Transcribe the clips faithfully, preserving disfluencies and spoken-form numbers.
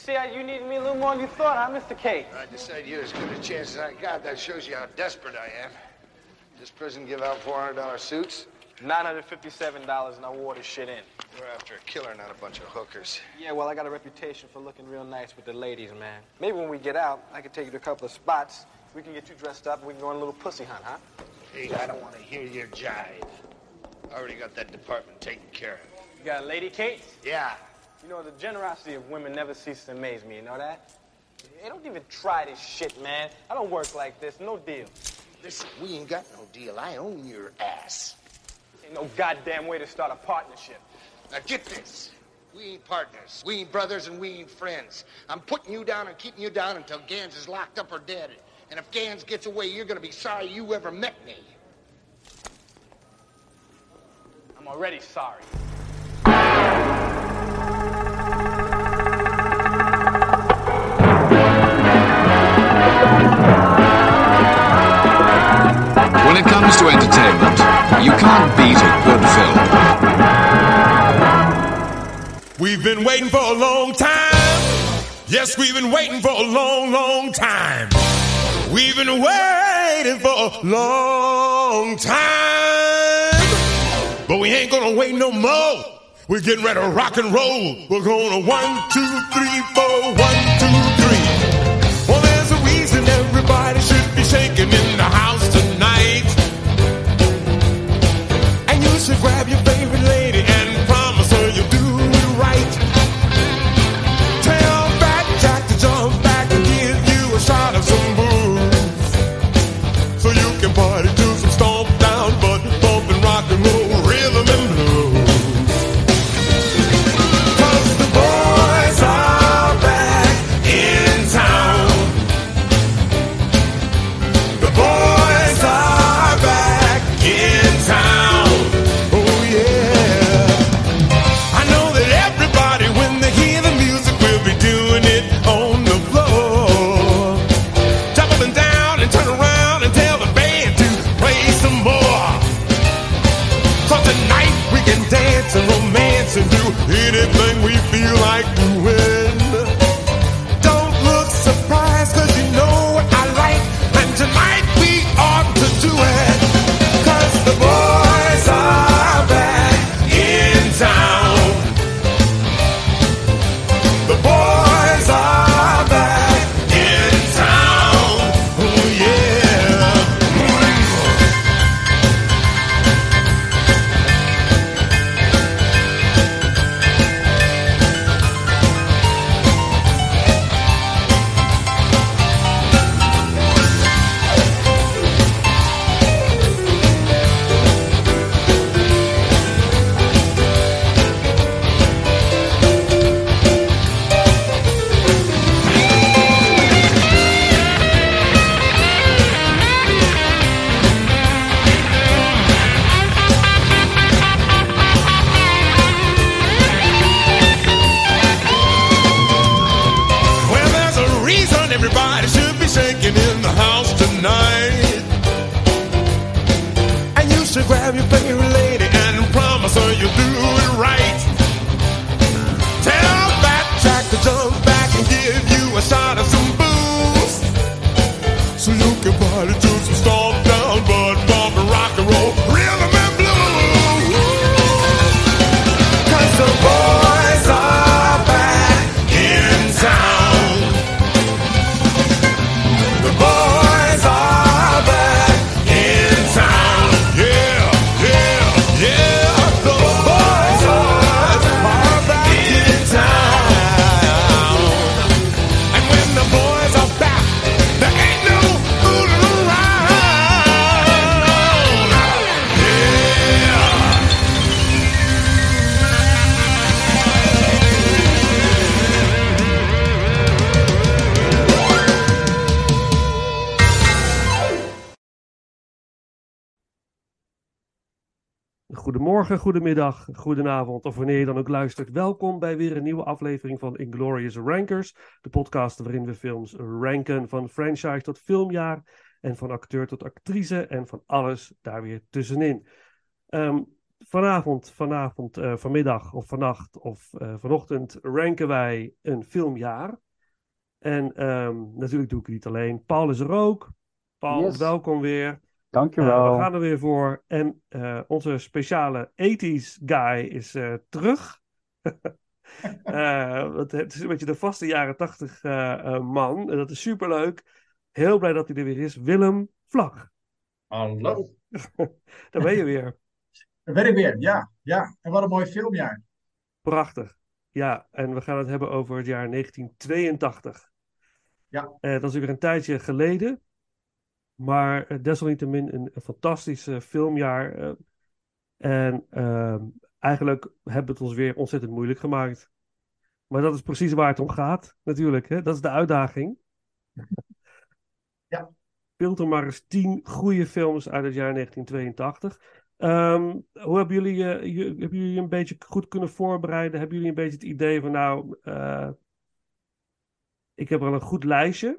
See how you needed me a little more than you thought, huh, Mister K? I decided you're as good a chance as I got. That shows you how desperate I am. Does prison give out four hundred dollar suits? nine hundred fifty-seven dollars and I wore this shit in. We're after a killer, not a bunch of hookers. Yeah, well, I got a reputation for looking real nice with the ladies, man. Maybe when we get out, I can take you to a couple of spots. We can get you dressed up and we can go on a little pussy hunt, huh? Hey, I don't want to hear your jive. I already got that department taken care of. You got a lady, Kate? Yeah. You know, the generosity of women never ceases to amaze me, you know that? Hey, don't even try this shit, man. I don't work like this, no deal. Listen, we ain't got no deal. I own your ass. Ain't no goddamn way to start a partnership. Now get this. We ain't partners. We ain't brothers and we ain't friends. I'm putting you down and keeping you down until Gans is locked up or dead. And if Gans gets away, you're gonna be sorry you ever met me. I'm already sorry. When it comes to entertainment, you can't beat a good film. We've been waiting for a long time. Yes, we've been waiting for a long, long time. We've been waiting for a long time. But we ain't gonna wait no more. We're getting ready to rock and roll. We're gonna one, two, three, four, one, two, three. Well, there's a reason everybody should be shaking in the house tonight. And you should grab your favorite lady and promise her you'll do it right. Tell Fat Jack to jump back and give you a shot of some booze, so you can party to some stomp down, but bump and rock and roll, rhythm and blues. Cause the boys are back in town. The boys are back in town. Oh yeah. I know that everybody, when they hear the music, will be doing it on the floor. Jump up and down and turn around and tell the band to play some more. So tonight we can dance and romance and do anything we feel like doing. Don't look surprised, cause you know what I like, and tonight we ought to do it. Cause the boys are back in town. The boys are back in town. Oh yeah. Well, there's a reason everybody should be shaking in the house tonight. And you should grab your favorite lady and promise her you'll do it right. Tell Fat Jack to jump back and give you a shot of some booze, so you can party to some stomp down, but bump and rock and roll, rhythm and blues. Cause the boys are back in town. The boys are back in town. Yeah, yeah, yeah. The boys are back in town. And when the boys are back, there ain't no fooling around. Yeah. Goedemorgen, goedemiddag, goedenavond of wanneer je dan ook luistert. Welkom bij weer een nieuwe aflevering van Inglorious Rankers. De podcast waarin we films ranken van franchise tot filmjaar en van acteur tot actrice en van alles daar weer tussenin. Um, vanavond, vanavond uh, vanmiddag of vannacht of uh, vanochtend ranken wij een filmjaar. En um, natuurlijk doe ik het niet alleen. Paul is er ook. Paul, yes. Welkom weer. Dankjewel. Uh, we gaan er weer voor. En uh, onze speciale tachtiger guy is uh, terug. uh, het is een beetje de vaste jaren tachtig uh, uh, man. En dat is superleuk. Heel blij dat hij er weer is. Willem Vlag. Hallo. Daar ben je weer. Daar ben ik weer, ja. ja. En wat een mooi filmjaar. Prachtig. Ja, en we gaan het hebben over het jaar negentien tweeëntachtig. Ja. Uh, dat is weer een tijdje geleden. Maar uh, desalniettemin een, een fantastisch uh, filmjaar. Uh, en uh, eigenlijk hebben we het ons weer ontzettend moeilijk gemaakt. Maar dat is precies waar het om gaat, natuurlijk. Hè? Dat is de uitdaging. Ja. Filter maar eens tien goede films uit het jaar negentien tweeëntachtig. Um, hoe hebben jullie, uh, je, hebben jullie een beetje goed kunnen voorbereiden? Hebben jullie een beetje het idee van nou... Uh, ik heb al een goed lijstje.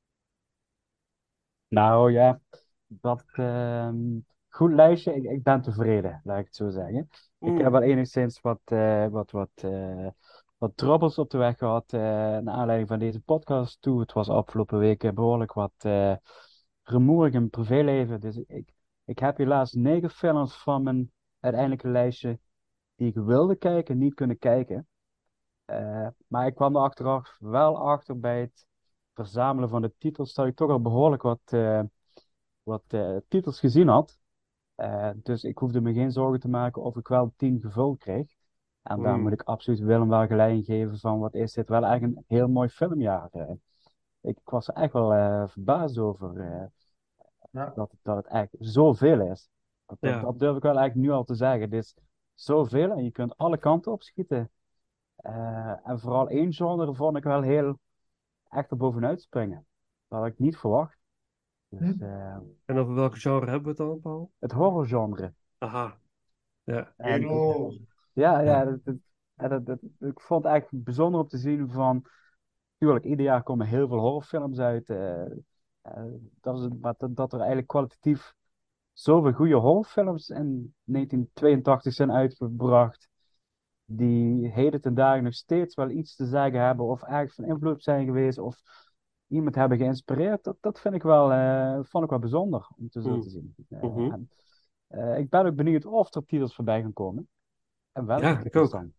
Nou ja, wat uh, goed lijstje. Ik, ik ben tevreden, laat ik het zo zeggen. Mm. Ik heb wel enigszins wat, uh, wat, wat, uh, wat troubles op de weg gehad. Uh, naar aanleiding van deze podcast toe. Het was afgelopen weken behoorlijk wat uh, rumoerig in mijn privéleven. Dus ik, ik heb helaas negen films van mijn uiteindelijke lijstje die ik wilde kijken, niet kunnen kijken. Uh, maar ik kwam er achteraf wel achter bij het verzamelen van de titels, dat ik toch al behoorlijk wat, uh, wat uh, titels gezien had. Uh, dus ik hoefde me geen zorgen te maken of ik wel tien gevuld kreeg. En mm. daar moet ik absoluut Willem wel gelijk in geven van wat is dit wel echt een heel mooi filmjaar. Uh, ik was er echt wel uh, verbaasd over uh, ja. dat, dat het echt zoveel is. Dat, ja. dat, dat durf ik wel eigenlijk nu al te zeggen. Het is zoveel en je kunt alle kanten op schieten. Uh, en vooral één genre vond ik wel heel echt er bovenuit springen. Dat had ik niet verwacht. Dus, uh, en over welke genre hebben we het dan, Paul? Het horrorgenre. Aha. Ja. En, uh, ja, ja. Dat, dat, dat, dat, ik vond het eigenlijk bijzonder om te zien van... Tuurlijk, ieder jaar komen heel veel horrorfilms uit. Uh, uh, dat, is, maar dat, dat er eigenlijk kwalitatief zoveel goede horrorfilms in negentien tweeëntachtig zijn uitgebracht. Die heden ten dagen nog steeds wel iets te zeggen hebben. Of eigenlijk van invloed zijn geweest. Of iemand hebben geïnspireerd. Dat, dat vind ik wel, uh, vond ik wel bijzonder om te zo te zien. Uh, mm-hmm. en, uh, ik ben ook benieuwd of er titels voorbij gaan komen. En welke ja, ik ook. Dan.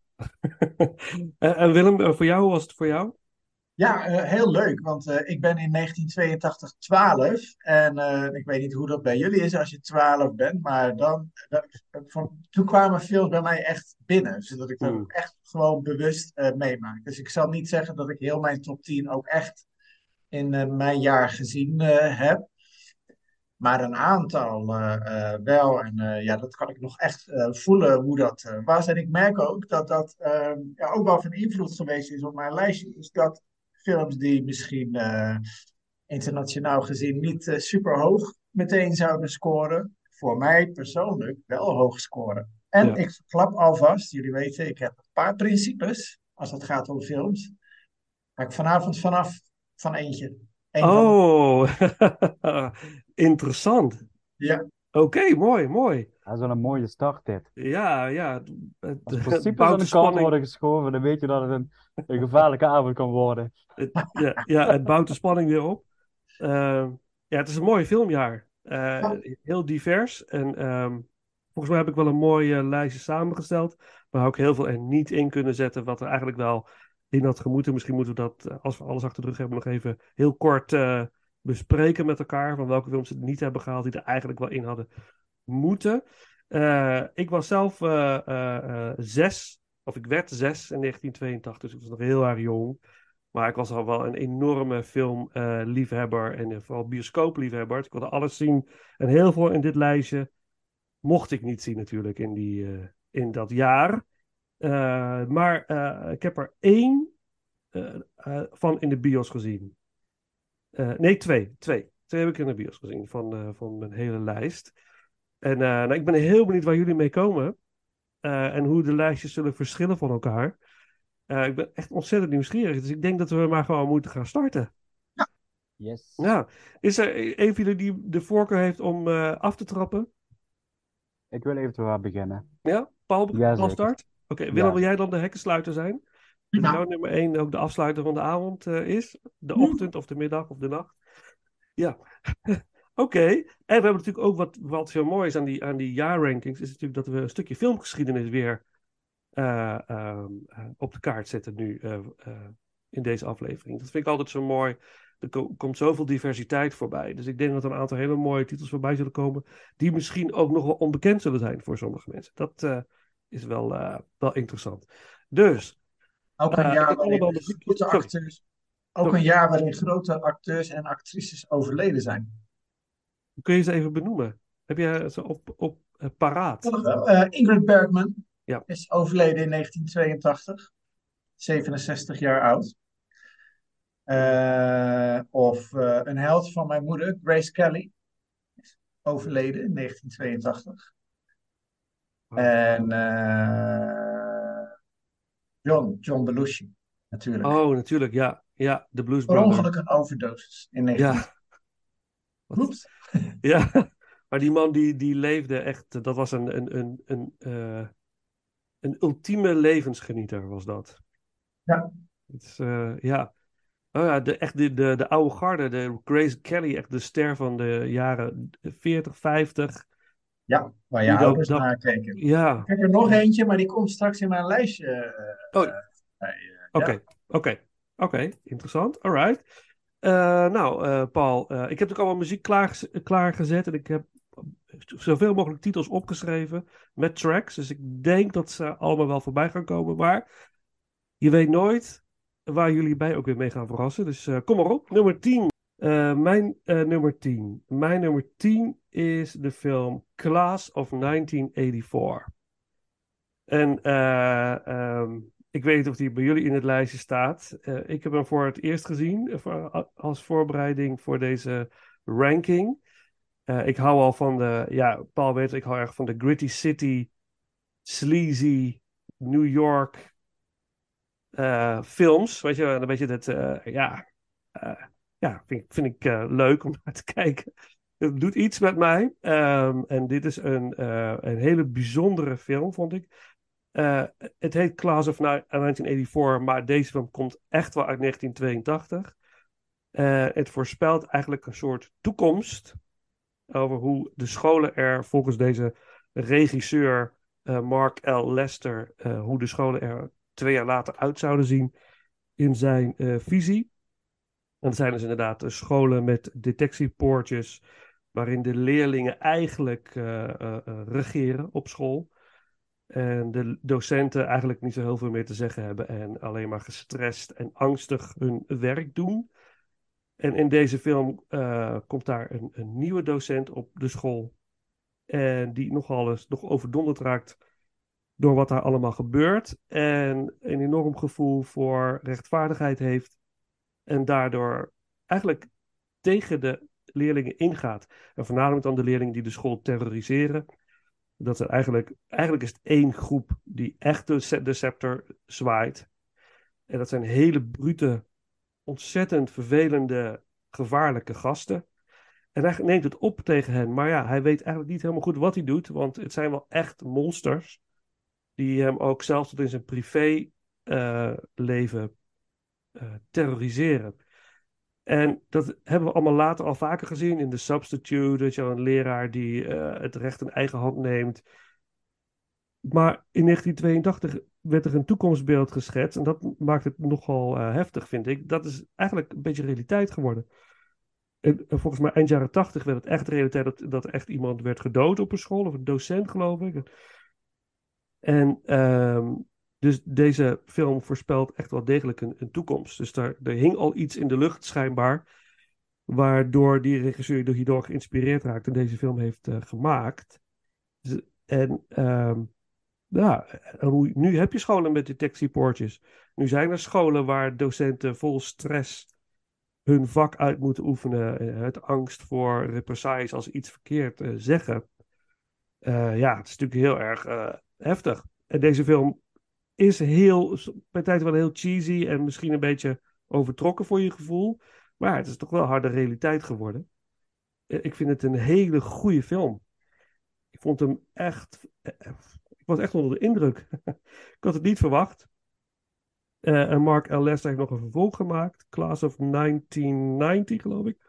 en, en Willem, voor jou, hoe was het voor jou? Ja, uh, heel leuk, want uh, ik ben in negentien tweeëntachtig twaalf en uh, ik weet niet hoe dat bij jullie is als je twaalf bent, maar dan, dat, van, toen kwamen films bij mij echt binnen, zodat ik dat mm. echt gewoon bewust uh, meemaak. Dus ik zal niet zeggen dat ik heel mijn top tien ook echt in uh, mijn jaar gezien uh, heb, maar een aantal uh, uh, wel en uh, ja, dat kan ik nog echt uh, voelen hoe dat uh, was. En ik merk ook dat dat uh, ja, ook wel van invloed geweest is op mijn lijstje, is dat films die misschien uh, internationaal gezien niet uh, super hoog meteen zouden scoren, voor mij persoonlijk wel hoog scoren. En ja. ik verklap alvast, jullie weten, ik heb een paar principes als het gaat om films. Ga ik vanavond vanaf van eentje. Eén oh, van... interessant. Ja. Oké, okay, mooi, mooi. Dat is wel een mooie start dit. Ja, ja. Het, Als principes aan de kant worden geschoven, dan weet je dat het een, een gevaarlijke avond kan worden. Het, ja, ja, het bouwt de spanning weer op. Uh, ja, het is een mooi filmjaar. Uh, ja. Heel divers. En um, volgens mij heb ik wel een mooie lijstje samengesteld. Maar ook heel veel er niet in kunnen zetten, wat er eigenlijk wel in had gemoeten. Misschien moeten we dat, als we alles achter de rug hebben, nog even heel kort uh, bespreken met elkaar. Van welke films ze niet hebben gehaald, die er eigenlijk wel in hadden moeten. Uh, ik was zelf uh, uh, uh, zes, of ik werd zes in negentien tweeëntachtig, dus ik was nog heel erg jong. Maar ik was al wel een enorme filmliefhebber uh, en uh, vooral bioscoopliefhebber. Ik wilde alles zien en heel veel in dit lijstje mocht ik niet zien natuurlijk in, die, uh, in dat jaar. Uh, maar uh, ik heb er één uh, uh, van in de bios gezien. Uh, nee, twee. Twee. Twee heb ik in de bios gezien van, uh, van mijn hele lijst. En uh, nou, ik ben heel benieuwd waar jullie mee komen. Uh, en hoe de lijstjes zullen verschillen van elkaar. Uh, ik ben echt ontzettend nieuwsgierig. Dus ik denk dat we maar gewoon moeten gaan starten. Ja. Yes. Nou, is er een van jullie die de voorkeur heeft om uh, af te trappen? Ik wil eventueel wel beginnen. Ja, Paul, Paul Jazeker. start. Oké, Willem, Ja. wil jij dan de hekkensluiter zijn? Dat Prima. jouw nummer één ook de afsluiter van de avond eh, is? De Hm. ochtend of de middag of de nacht? Ja. Oké. En we hebben natuurlijk ook wat, wat heel mooi is aan die, aan die jaarrankings, is natuurlijk dat we een stukje filmgeschiedenis weer eh, ehm, eh, op de kaart zetten nu eh, eh, in deze aflevering. Dat vind ik altijd zo mooi. Er ko- komt zoveel diversiteit voorbij. Dus ik denk dat er een aantal hele mooie titels voorbij zullen komen, die misschien ook nog wel onbekend zullen zijn voor sommige mensen. Dat eh, is wel, eh, wel interessant. Dus, Ook een eh, ik jaar heb waarin allemaal muziek. grote Sorry, acteurs, ook sorry. een jaar waarin grote acteurs en actrices overleden zijn. Kun je ze even benoemen? Heb je ze op, op eh, paraat? Toch wel. Eh, Ingrid Bergman Ja. is overleden in negentien tweeëntachtig, zevenenzestig jaar oud. Eh, of eh, een held van mijn moeder, Grace Kelly, is overleden in negentien tweeëntachtig. En eh, John, John Belushi, natuurlijk. Oh, natuurlijk, ja. Ja, de Blues Per Brother. ongeluk een overdosis in negentien. Ja, wat- Oeps. ja. Maar die man die, die leefde echt, dat was een, een, een, een, eh, een ultieme levensgenieter, was dat. Ja. Het is, eh, ja. Oh ja, de, echt de, de, de oude garde, de Grace Kelly, echt de ster van de jaren veertig, vijftig. Ja, waar je Die dat- ouders dat- naar keken. Ja, Ik heb er nog eentje, maar die komt straks in mijn lijstje. eh, Oh, eh, bij, eh, oké, ja. oké, oké, interessant, alright. Eh, nou, eh, Paul, eh, ik heb natuurlijk allemaal muziek klaar, klaargezet en ik heb zoveel mogelijk titels opgeschreven met tracks. Dus ik denk dat ze allemaal wel voorbij gaan komen, maar je weet nooit waar jullie bij ook weer mee gaan verrassen. Dus eh, kom maar op, nummer tien. Eh, mijn eh, nummer tien. Mijn nummer tien is de film Class of negentien eenennegentig. En eh, ehm, ik weet niet of die bij jullie in het lijstje staat. Eh, ik heb hem voor het eerst gezien eh, voor- als voorbereiding voor deze ranking. Eh, ik hou al van de, ja, Paul weet, ik hou erg van de gritty city, sleazy New York eh, films. Weet je, een beetje dat, eh, ja, eh, ja, vind, ik- vind ik eh, leuk om naar te kijken. Het doet iets met mij. Ehm, en dit is een, eh, een hele bijzondere film, vond ik. Eh, het heet Class of negentien eenennegentig, maar deze film komt echt wel uit negentien tweeëntachtig. Eh, het voorspelt eigenlijk een soort toekomst over hoe de scholen er volgens deze regisseur eh, Mark L. Lester, eh, hoe de scholen er twee jaar later uit zouden zien in zijn eh, visie. En dat zijn dus inderdaad de scholen met detectiepoortjes, waarin de leerlingen eigenlijk eh, eh, eh, regeren op school. En de docenten eigenlijk niet zo heel veel meer te zeggen hebben en alleen maar gestrest en angstig hun werk doen. En in deze film eh, komt daar een, een nieuwe docent op de school. En die nogal eens nog overdonderd raakt door wat daar allemaal gebeurt. En een enorm gevoel voor rechtvaardigheid heeft. En daardoor eigenlijk tegen de leerlingen ingaat. En voornamelijk dan de leerlingen die de school terroriseren. Dat er eigenlijk, eigenlijk is het één groep die echt de, ce- de scepter zwaait. En dat zijn hele brute, ontzettend vervelende, gevaarlijke gasten. En hij neemt het op tegen hen. Maar ja, hij weet eigenlijk niet helemaal goed wat hij doet. Want het zijn wel echt monsters. Die hem ook zelfs tot in zijn privé eh, leven eh, terroriseren. En dat hebben we allemaal later al vaker gezien in The Substitute. Dat je een leraar die eh, het recht in eigen hand neemt. Maar in negentien tweeëntachtig werd er een toekomstbeeld geschetst. En dat maakt het nogal eh, heftig, vind ik. Dat is eigenlijk een beetje realiteit geworden. En, en volgens mij eind jaren tachtig werd het echt realiteit dat, dat er echt iemand werd gedood op een school. Of een docent, geloof ik. En ehm, dus deze film voorspelt echt wel degelijk een, een toekomst. Dus daar, er hing al iets in de lucht, schijnbaar. Waardoor die regisseur hierdoor geïnspireerd raakt en deze film heeft uh, gemaakt. Dus, en ehm, ja, en hoe, nu heb je scholen met detectiepoortjes. Nu zijn er scholen waar docenten vol stress hun vak uit moeten oefenen. Uit angst voor represailles als ze iets verkeerd uh, zeggen. Uh, ja, het is natuurlijk heel erg uh, heftig. En deze film is heel, bij tijd wel heel cheesy en misschien een beetje overtrokken voor je gevoel. Maar het is toch wel harde realiteit geworden. Ik vind het een hele goede film. Ik vond hem echt... Ik was echt onder de indruk. Ik had het niet verwacht. Uh, en Mark L. Lester heeft nog een vervolg gemaakt. Class of negentien negentig, geloof ik.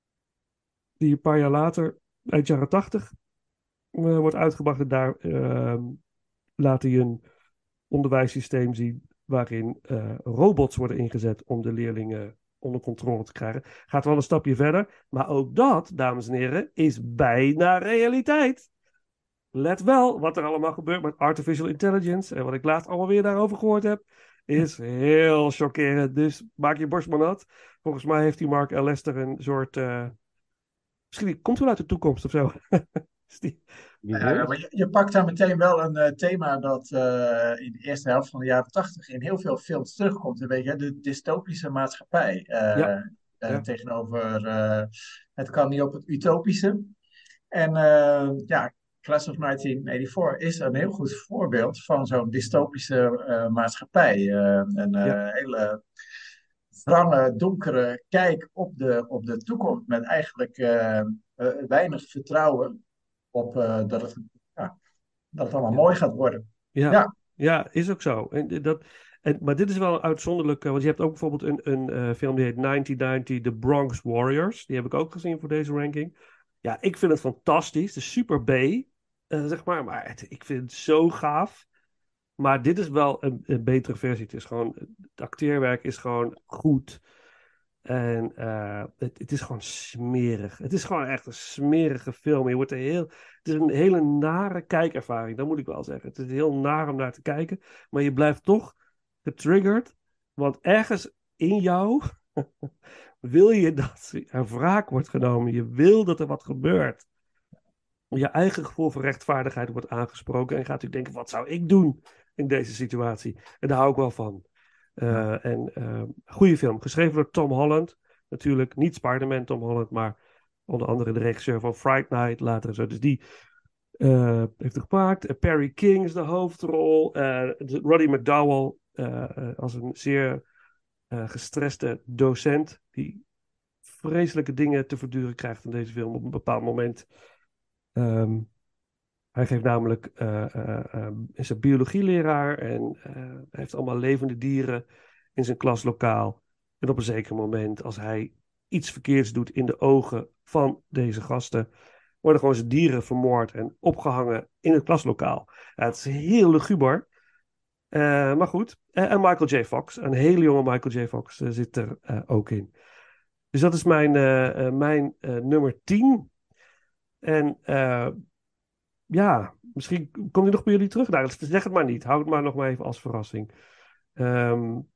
Die een paar jaar later, eind jaren tachtig, uh, wordt uitgebracht. En daar uh, laat hij een onderwijssysteem zien waarin uh, robots worden ingezet om de leerlingen onder controle te krijgen. Gaat wel een stapje verder. Maar ook dat, dames en heren, is bijna realiteit. Let wel wat er allemaal gebeurt met artificial intelligence. En wat ik laatst allemaal weer daarover gehoord heb, is heel chockerend. Dus maak je borst maar nat. Volgens mij heeft die Mark L. Lester een soort... Uh... Misschien komt wel uit de toekomst of zo. die... ja, maar je, je pakt daar meteen wel een uh, thema dat uh, in de eerste helft van de jaren tachtig in heel veel films terugkomt. Weet je, de dystopische maatschappij. Uh, ja. Uh, ja. Tegenover uh, het kan niet op het utopische. En uh, ja, Class of negentien vierennegentig is een heel goed voorbeeld van zo'n dystopische uh, maatschappij. Uh, een uh, ja. hele wrange, donkere kijk op de, op de toekomst met eigenlijk uh, uh, weinig vertrouwen op uh, dat, het, ja, dat het allemaal ja. mooi gaat worden. Ja, ja. ja is ook zo. En dat, en, maar dit is wel uitzonderlijk, want je hebt ook bijvoorbeeld een, een uh, film die heet negentien negentig, The Bronx Warriors. Die heb ik ook gezien voor deze ranking. Ja, ik vind het fantastisch. De super B, uh, zeg maar. Maar het, ik vind het zo gaaf. Maar dit is wel een, een betere versie. Het is gewoon, het acteerwerk is gewoon goed. En uh, het, het is gewoon smerig. Het is gewoon echt een smerige film. Je wordt er heel, het is een hele nare kijkervaring, dat moet ik wel zeggen. Het is heel naar om naar te kijken. Maar je blijft toch getriggerd. Want ergens in jou wil je dat er wraak wordt genomen. Je wil dat er wat gebeurt. Je eigen gevoel van rechtvaardigheid wordt aangesproken. En je gaat natuurlijk denken, wat zou ik doen in deze situatie? En daar hou ik wel van. Uh, en uh, goede film. Geschreven door Tom Holland. Natuurlijk niet Spider-Man Tom Holland, maar onder andere de regisseur van Fright Night later en zo. Dus die uh, heeft het gemaakt. Uh, Perry King is de hoofdrol. Uh, Roddy McDowell uh, uh, als een zeer uh, gestreste docent die vreselijke dingen te verduren krijgt in deze film op een bepaald moment. Um, hij geeft namelijk, uh, uh, uh, is een biologieleraar en uh, hij heeft allemaal levende dieren in zijn klaslokaal. En op een zeker moment, als hij iets verkeerds doet in de ogen van deze gasten, worden gewoon zijn dieren vermoord en opgehangen in het klaslokaal. Ja, het is heel luguber. Uh, maar goed. Uh, en Michael J. Fox, een hele jonge Michael J. Fox, uh, zit er uh, ook in. Dus dat is mijn, uh, uh, mijn uh, nummer tien. En uh, ja, misschien komt hij nog bij jullie terug. Nou, zeg het maar niet. Houd het maar nog maar even als verrassing. Um,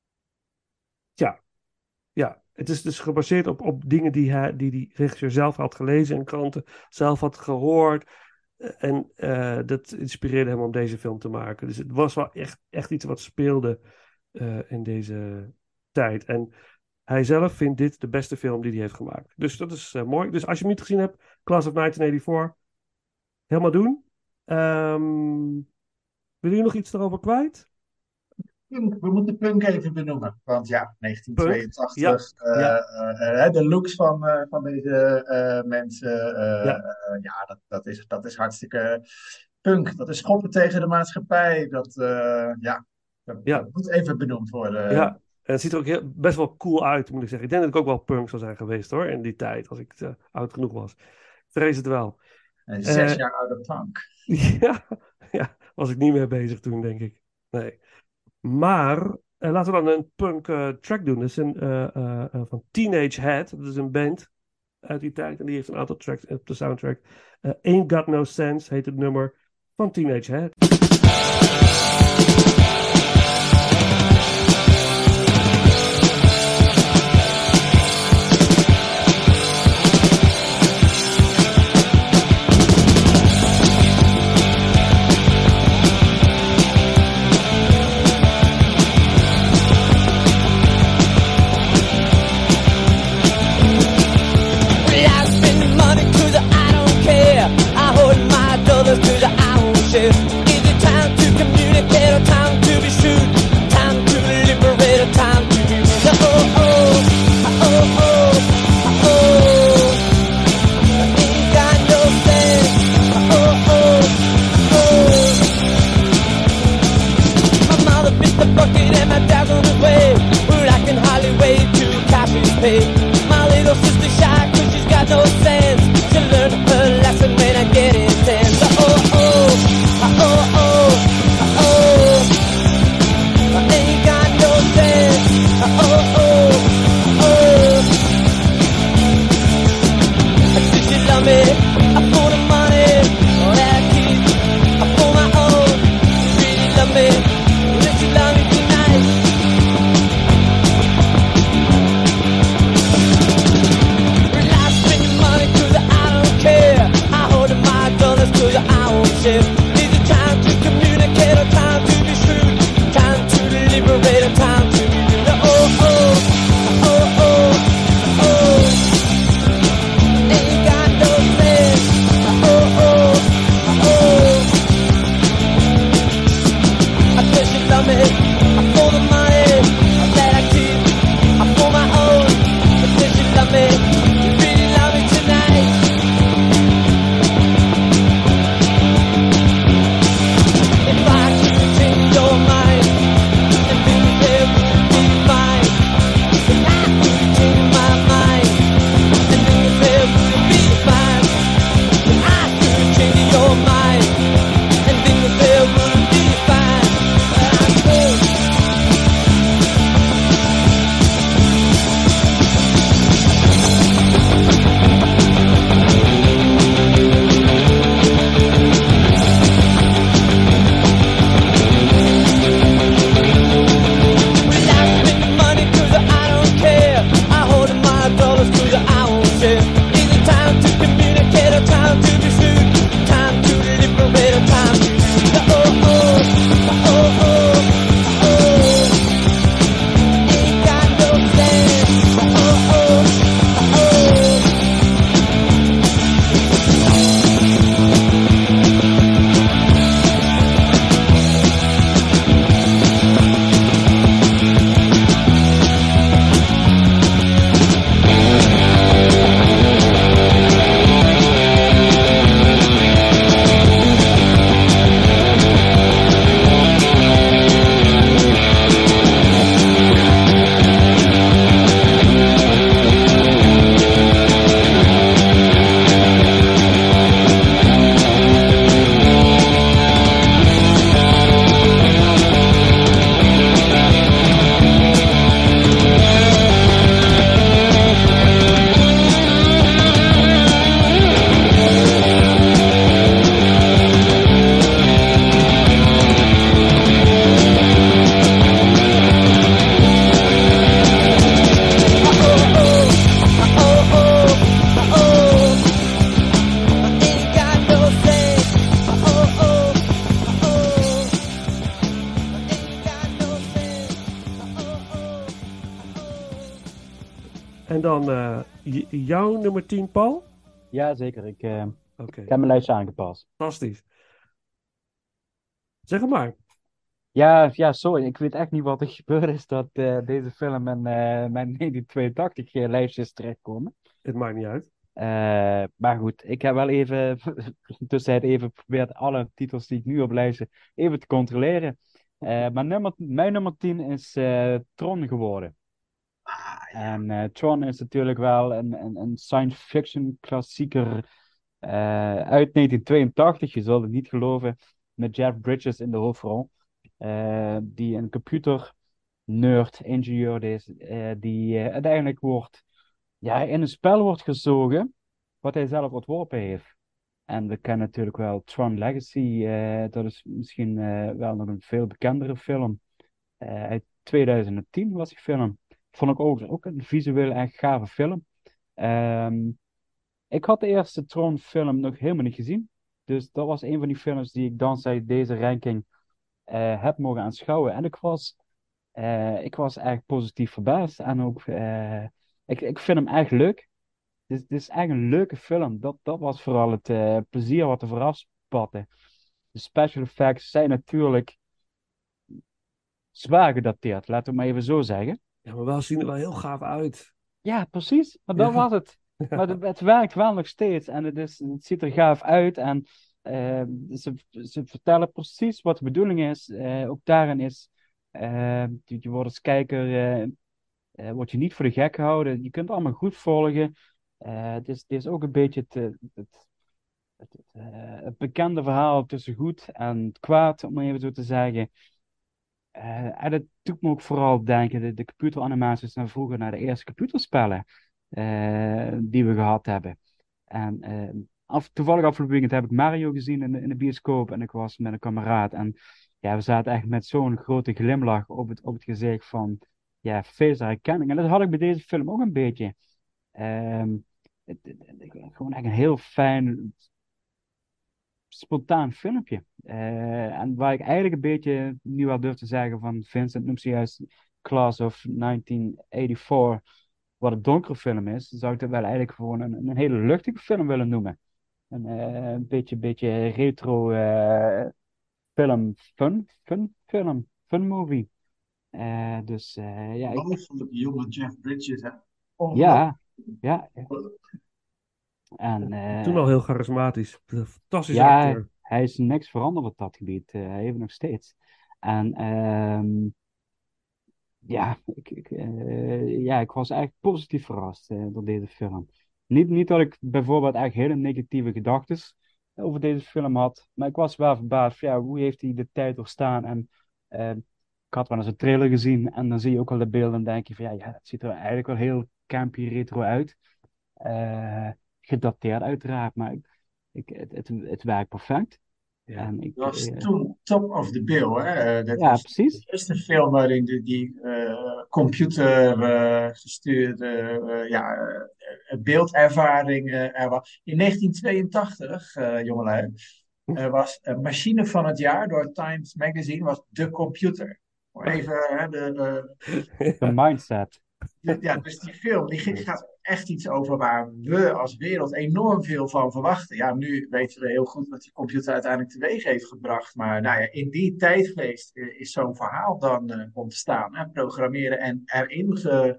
ja, ja. Het is dus gebaseerd op, op dingen die hij, die die regisseur zelf had gelezen in kranten, zelf had gehoord. En uh, dat inspireerde hem om deze film te maken. Dus het was wel echt, echt iets wat speelde uh, in deze tijd. En hij zelf vindt dit de beste film die hij heeft gemaakt. Dus dat is uh, mooi. Dus als je hem niet gezien hebt, Class of negentien vierennegentig, helemaal doen. Um, wil je nog iets erover kwijt? We moeten Punk even benoemen. Want ja, negentien tweeëntachtig. Ja. Uh, ja. uh, de looks van, uh, van deze uh, mensen. Uh, ja, uh, ja dat, dat, is, dat is hartstikke punk. Dat is schoppen tegen de maatschappij. Dat, uh, ja, dat, ja. dat moet even benoemd worden. Ja. En het ziet er ook heel, best wel cool uit, moet ik zeggen. Ik denk dat ik ook wel punk zou zijn geweest, hoor, in die tijd, als ik uh, oud genoeg was. Ik vrees het wel. En zes uh, jaar oude punk. Ja, ja, was ik niet meer bezig toen, denk ik. Nee. Maar uh, laten we dan een punk uh, track doen. Dat is een, uh, uh, uh, van Teenage Head. Dat is een band uit die tijd. En die heeft een aantal tracks op de soundtrack. Uh, Ain't Got No Sense heet het nummer van Teenage Head. Cause I don't share. pay. My little sister shy cause she's got no sense. She'll learn her lesson when I get intense. Oh, oh, oh, oh, oh, oh. I ain't got no sense. Oh, oh, oh. Did you love me? I for the money, all that I keep. I for my own. You really love me? Did you love me tonight? Relax, spend your money 'cause I don't care. I hold my dollars 'cause I won't share. Is it time to communicate or time to be shrewd? Time to liberate or time to be rude? Oh, oh, oh, oh, oh. Ain't got no sense. Oh, oh, oh. I guess you love me. I for the money that I keep. I for my own. I guess you love me. You really love me tonight. If I could change your mind and things there would be fine. If I could change my mind and things there would be fine. If I could change your mind and things there would be fine. But I could. Relax, spend your money 'cause I don't care. I hold my dollars 'cause I won't share. Is it time to communicate or time to be shrewd? Time to liberate or time to be oh, oh, oh, oh, oh. Ain't got no sense. Oh, oh, oh. En dan eh, j- jouw nummer tien, Paul? Ja, zeker. Ik, eh, Oké, ik heb mijn lijstje aangepast. fantastisch. Zeg het maar. Ja, ja, sorry. Ik weet echt niet wat er gebeurd is dat eh, deze film in eh, mijn negentien tweeëntachtig eh, lijstje is terechtgekomen. Het maakt niet uit. Eh, maar goed, ik heb wel even tussentijd even geprobeerd alle titels die ik nu op lijstje even te controleren. Eh, maar nummer, mijn nummer tien is eh, Tron geworden. En eh, Tron is natuurlijk wel een, een, een science fiction klassieker eh, uit negentien tweeëntachtig. Je zult het niet geloven, met Jeff Bridges in de hoofdrol. Eh, die een computer nerd, ingenieur is, eh, die eh, uiteindelijk wordt, ja, in een spel wordt gezogen wat hij zelf ontworpen heeft. En we kennen natuurlijk wel Tron Legacy, eh, dat is misschien eh, wel nog een veel bekendere film. Eh, uit tweeduizend tien was die film. Vond ik ook, ook een visueel echt gave film. Ehm, ik had de eerste Tron film nog helemaal niet gezien. Dus dat was een van die films die ik dankzij deze ranking eh, heb mogen aanschouwen. En ik was, eh, ik was echt positief verbaasd. En ook, eh, ik, ik vind hem echt leuk. Het is, het is echt een leuke film. Dat, dat was vooral het eh, plezier wat er vooraf spatte. De special effects zijn natuurlijk zwaar gedateerd, laten we het maar even zo zeggen. Ja, maar wel zien er wel heel gaaf uit. Ja, precies. Maar dat Ja. was het. Maar het, het werkt wel nog steeds. En het, is, het ziet er gaaf uit. En eh, ze, ze vertellen precies wat de bedoeling is. Eh, ook daarin is, eh, je, je wordt als kijker eh, Uh, word je niet voor de gek gehouden. Je kunt het allemaal goed volgen. Uh, het, is, het is ook een beetje het, het, het, het, uh, het bekende verhaal tussen goed en kwaad, om even zo te zeggen. Uh, en dat doet me ook vooral denken, de, de computeranimaties naar vroeger, naar de eerste computerspellen uh, die we gehad hebben. En uh, af, toevallig afgelopen weekend heb ik Mario gezien in de, in de bioscoop en ik was met een kameraad. En ja, we zaten echt met zo'n grote glimlach op het, op het gezicht van ja, feestherkenning. En dat had ik bij deze film ook een beetje. Um, het, het, het, gewoon echt een heel fijn, spontaan filmpje. Uh, en waar ik eigenlijk een beetje nu al durf te zeggen van Vincent noemt ze juist Class of negentien vierennegentig, wat een donkere film is, zou ik het wel eigenlijk gewoon een, een hele luchtige film willen noemen. Een, uh, een beetje, beetje retro uh, film, fun, fun film, fun movie. Uh, dus uh, ja, ik... Ongelooflijk jonge Jeff Bridges, hè? Ja, ja. En, uh, Toen al heel charismatisch. Fantastische ja, acteur. Hij is niks veranderd op dat gebied. Uh, hij heeft nog steeds. En um, ja, ik, ik, uh, ja, ik was eigenlijk positief verrast uh, door deze film. Niet, niet dat ik bijvoorbeeld echt hele negatieve gedachten over deze film had, maar ik was wel verbaasd. Ja, hoe heeft hij de tijd doorstaan? En uh, ik had wel eens een trailer gezien en dan zie je ook al de beelden en denk je van ja, ja het ziet er eigenlijk wel heel campy retro uit. Uh, gedateerd uiteraard, maar ik, ik, het, het, het werkt perfect. Ja. En ik, dat was uh, toen top of the bill, hè? Uh, dat ja, was precies. de eerste film waarin die, die uh, computer uh, gestuurde uh, ja, uh, beeldervaring uh, er was. In negentien tweeëntachtig, uh, jongelui, uh, was uh, Machine van het jaar door Times Magazine was de computer. Even uh, de, uh, de mindset. De, ja, dus die film die gaat echt iets over waar we als wereld enorm veel van verwachten. Ja, nu weten we heel goed wat die computer uiteindelijk teweeg heeft gebracht. Maar nou ja, in die tijdgeest is zo'n verhaal dan uh, ontstaan. Hè? Programmeren en erin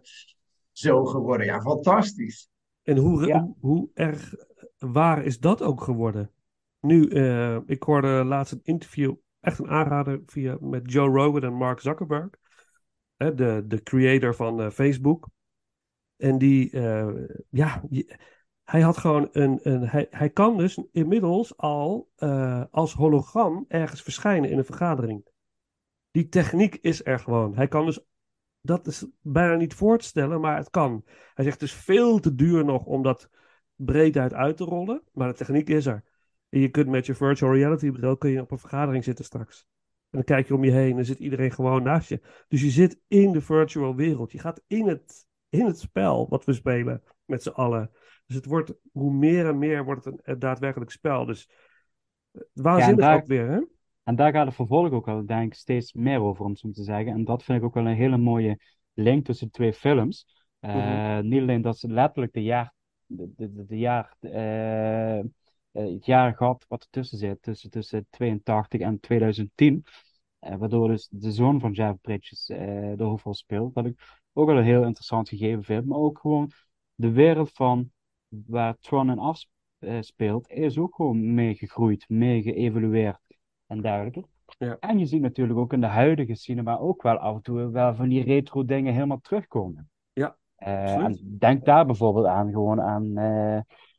gezogen worden. Ja, fantastisch. En hoe, ja. hoe, hoe erg waar is dat ook geworden? Nu, uh, ik hoorde laatst een interview, echt een aanrader, via, met Joe Rogan en Mark Zuckerberg. De, de creator van uh, Facebook. En die, uh, ja, die, hij had gewoon een, een hij, hij kan dus inmiddels al uh, als hologram ergens verschijnen in een vergadering. Die techniek is er gewoon. Hij kan dus, dat is bijna niet voor te stellen, maar het kan. Hij zegt het is veel te duur nog om dat breed uit uit te rollen, maar de techniek is er. En je kunt met je virtual reality bril kun je op een vergadering zitten straks. En dan kijk je om je heen en zit iedereen gewoon naast je. Dus je zit in de virtual wereld. Je gaat in het, in het spel wat we spelen met z'n allen. Dus het wordt, hoe meer en meer wordt het een, een daadwerkelijk spel. Dus waanzinnig ja, daar, ook weer, hè? En daar gaat het vervolg ook al, denk ik, steeds meer over, om zo te zeggen. En dat vind ik ook wel een hele mooie link tussen de twee films. Uh, mm-hmm. Niet alleen dat ze letterlijk de jaar... De, de, de, de jaar uh, Uh, het jaar gehad wat ertussen zit, tussen, tussen tweeëntachtig en tweeduizend tien. Uh, waardoor dus de zoon van Jeff Bridges uh, de hoofdrol speelt. Wat ik ook wel een heel interessant gegeven vind. Maar ook gewoon de wereld van waar Tron in afspeelt, uh, is ook gewoon meegegroeid, mee geëvolueerd en dergelijke. Ja. En je ziet natuurlijk ook in de huidige cinema ook wel af en toe wel van die retro dingen helemaal terugkomen. Ja. Uh, en denk daar bijvoorbeeld aan, gewoon aan... Uh,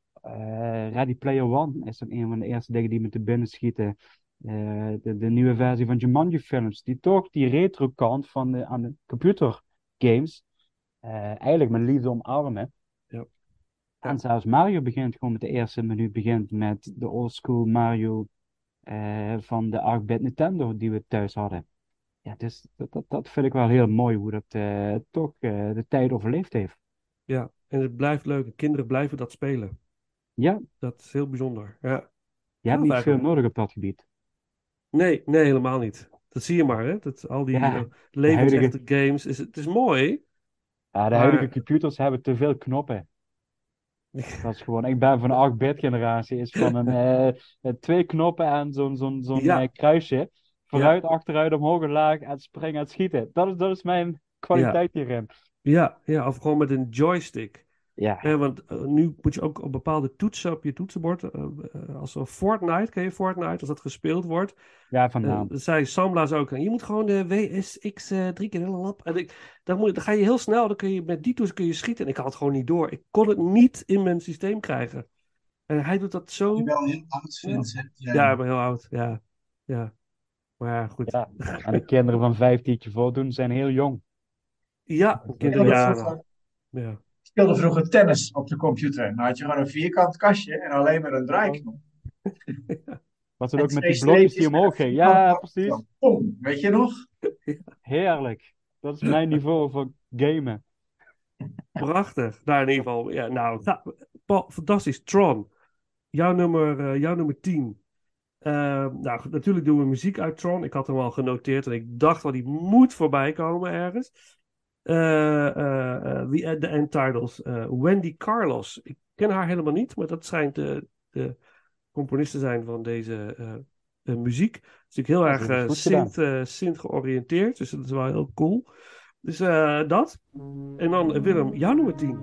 Uh, Ready Player One is dan een van de eerste dingen die me te binnen schieten. Uh, de, de nieuwe versie van Jumanji films, die toch die retro kant van de, aan de computergames uh, eigenlijk mijn liefde omarmen. Ja. Ja. En zelfs Mario begint gewoon met de eerste menu begint met de oldschool Mario uh, van de acht-bit Nintendo die we thuis hadden. Ja, dus dat, dat, dat vind ik wel heel mooi hoe dat uh, toch uh, de tijd overleefd heeft. Ja, en het blijft leuk. Kinderen blijven dat spelen. Ja. Dat is heel bijzonder. Ja. Je hebt niet veel nodig op dat gebied. Nee, nee, helemaal niet. Dat zie je maar, hè? Dat, al die ja, uh, levensechte huidige... games. Is, het is mooi. Ja, de maar... huidige computers hebben te veel knoppen. Dat is gewoon... Ik ben van de acht-bit generatie. Is van een uh, twee knoppen en zo'n zo'n zo'n ja. uh, kruisje. Vooruit, ja. achteruit, omhoog en laag en springen en schieten. Dat is, dat is mijn kwaliteit ja. hierin. Ja, ja, of gewoon met een joystick. Ja, Eh, want eh, nu moet je ook op bepaalde toetsen op je toetsenbord. eh, eh, als er Fortnite, ken je Fortnite? Als dat gespeeld wordt. ja, eh vandaan. zei Samla's ook. Je moet gewoon de W S X eh, drie keer heel lap. En ik, dan, moet, je- dan ga je heel snel. Dan kun je met die toets kun je schieten. En ik had het gewoon niet door. Ik kon het niet in mijn systeem krijgen. En hij doet dat Je zo. wel heel oud, Ja, Vincent. ja, ik Ja. ben heel oud. Ja, ja. Maar ja, goed. Ja, en de kinderen van vijf die het je voordoen zijn heel jong. Ja, Dat is kinderen, speelde ja, leuk. nou, vroeger, ja. ik speelde vroeger tennis op de computer. Dan had je gewoon een vierkant kastje en alleen maar een draaiknop. Was het En ook met twee die blokjes die streepjes en een omhoog gingen? vierkant Ja, bord. precies. Zo, pom. Weet je nog? Heerlijk. Dat is mijn niveau voor gamen. Prachtig. Nou, in ieder geval, ja, nou, nou, Paul, fantastisch. Tron, jouw nummer, eh, jouw nummer tien. Eh, nou, goed, natuurlijk doen we muziek uit Tron. Ik had hem al genoteerd en ik dacht wel, die moet voorbij komen ergens. Eh, eh, eh, The, the End Titles. Eh, Wendy Carlos. Ik ken haar helemaal niet, maar dat schijnt de, de componist te zijn van deze eh, eh, muziek. Het is natuurlijk heel Ja, erg ze heeft eh het goed gedaan. synth, eh, synth georiënteerd, dus dat is wel heel cool. Dus eh, dat. En dan eh, Willem, jouw nummer tien.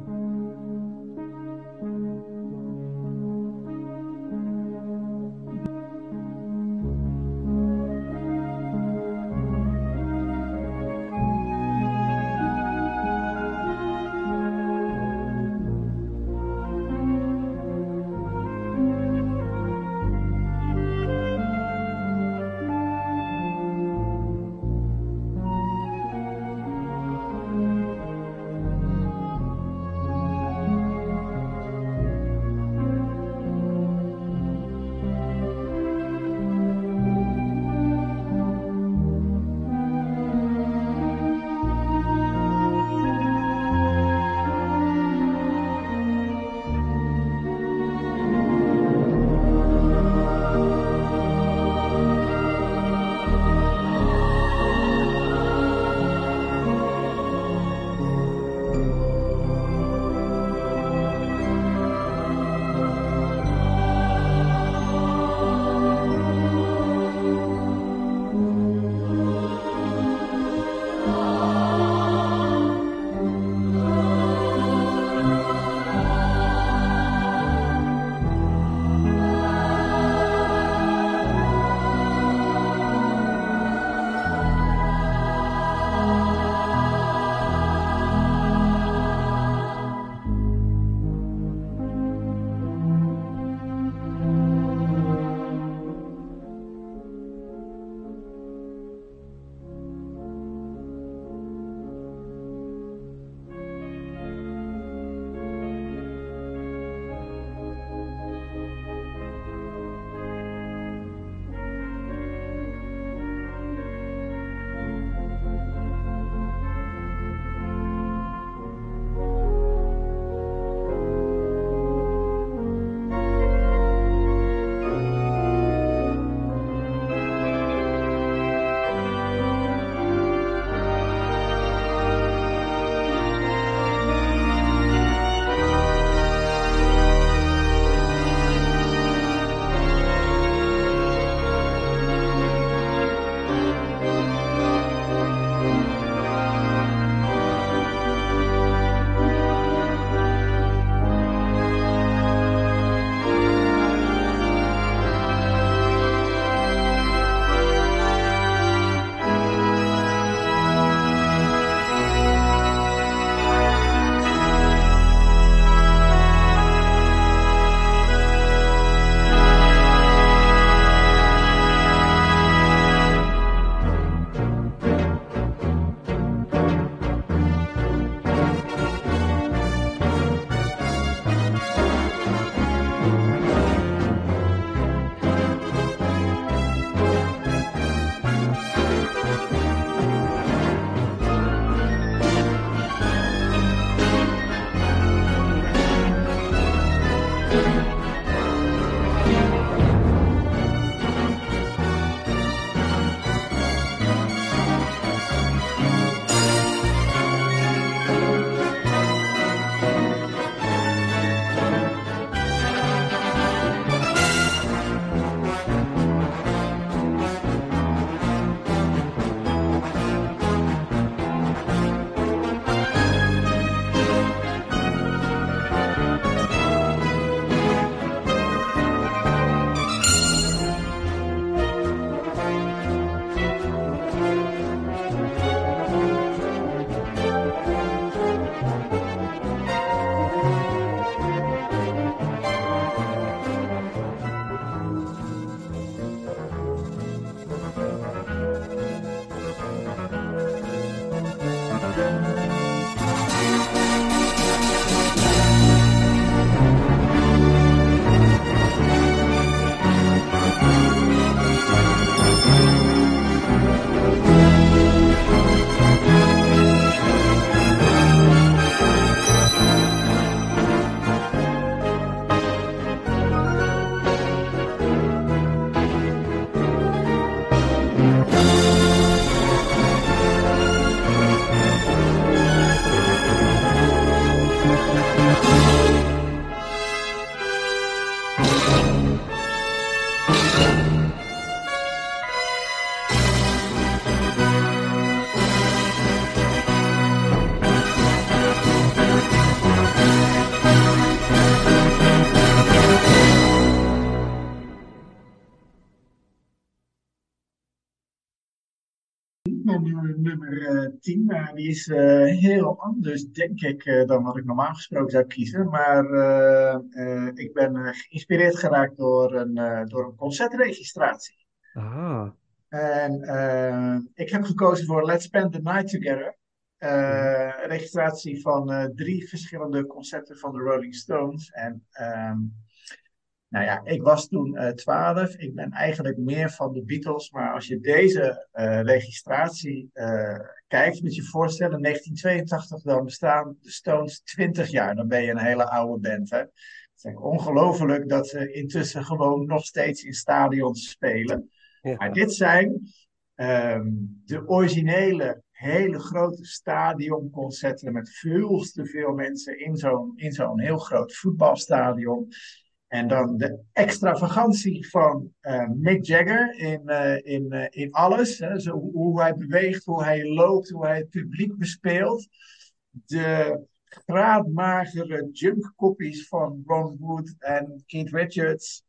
mijn nummer, nummer eh, tien. Eh, die is eh, heel anders, denk ik, eh, dan wat ik normaal gesproken zou kiezen. Maar eh, eh, ik ben eh, geïnspireerd geraakt door een, eh, door een concertregistratie. Ah. En eh, ik heb gekozen voor Let's Spend the Night Together. Eh, een registratie van eh, drie verschillende concerten van de Rolling Stones. En ehm, nou ja, ik was toen eh twaalf. Ik ben eigenlijk meer van de Beatles. Maar als je deze eh, registratie eh, kijkt, moet je je voorstellen, negentien tweeëntachtig, dan bestaan de Stones twintig jaar. Dan ben je een hele oude band, hè. Het is eigenlijk ongelooflijk dat ze intussen gewoon nog steeds in stadions spelen. Ja. Maar dit zijn ehm, de originele, hele grote stadionconcerten met veel te veel mensen in zo'n in zo'n heel groot voetbalstadion. En dan de extravagantie van eh, Mick Jagger in, eh, in, eh, in alles. Hè. Zo, hoe hoe hij beweegt, hoe hij loopt, hoe hij het publiek bespeelt. De graadmagere junkkopies van Ron Wood en Keith Richards.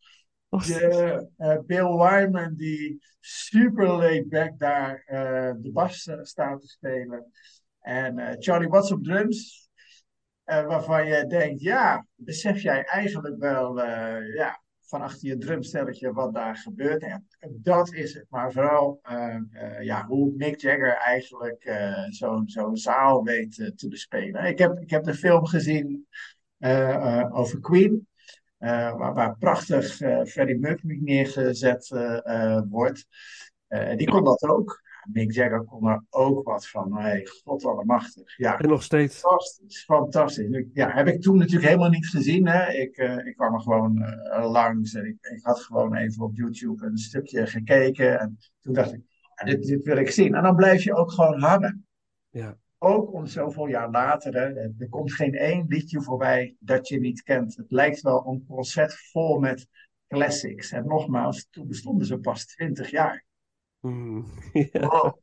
De eh, Bill Wyman die super laid back daar eh, de bas eh, staat te spelen. En eh, Charlie Watts op drums. Eh, waarvan je denkt, ja, besef jij eigenlijk wel eh, ja, van achter je drumstelletje wat daar gebeurt. En dat is het. Maar vooral eh, eh, ja, hoe Mick Jagger eigenlijk eh, zo'n zo'n zaal weet eh, te bespelen. Ik heb, ik heb de film gezien eh, eh, over Queen. eh, waar, waar prachtig eh, Freddie Mercury neergezet eh, eh, wordt. Eh, die kon dat ook. Mick Jagger kon er ook wat van. Hey, god allemachtig. Ja, En nog steeds. fantastisch, fantastisch. Nu, Ja, heb ik toen natuurlijk helemaal niet gezien. Hè. Ik, eh, ik kwam er gewoon eh, langs en ik, ik had gewoon even op YouTube een stukje gekeken. En toen dacht ik, ja, dit, dit wil ik zien. En dan blijf je ook gewoon hangen. Ja. Ook om zoveel jaar later. Hè, er komt geen één liedje voorbij dat je niet kent. Het lijkt wel een concert vol met classics. En nogmaals, toen bestonden ze pas twintig jaar. Mm, ja. Wow,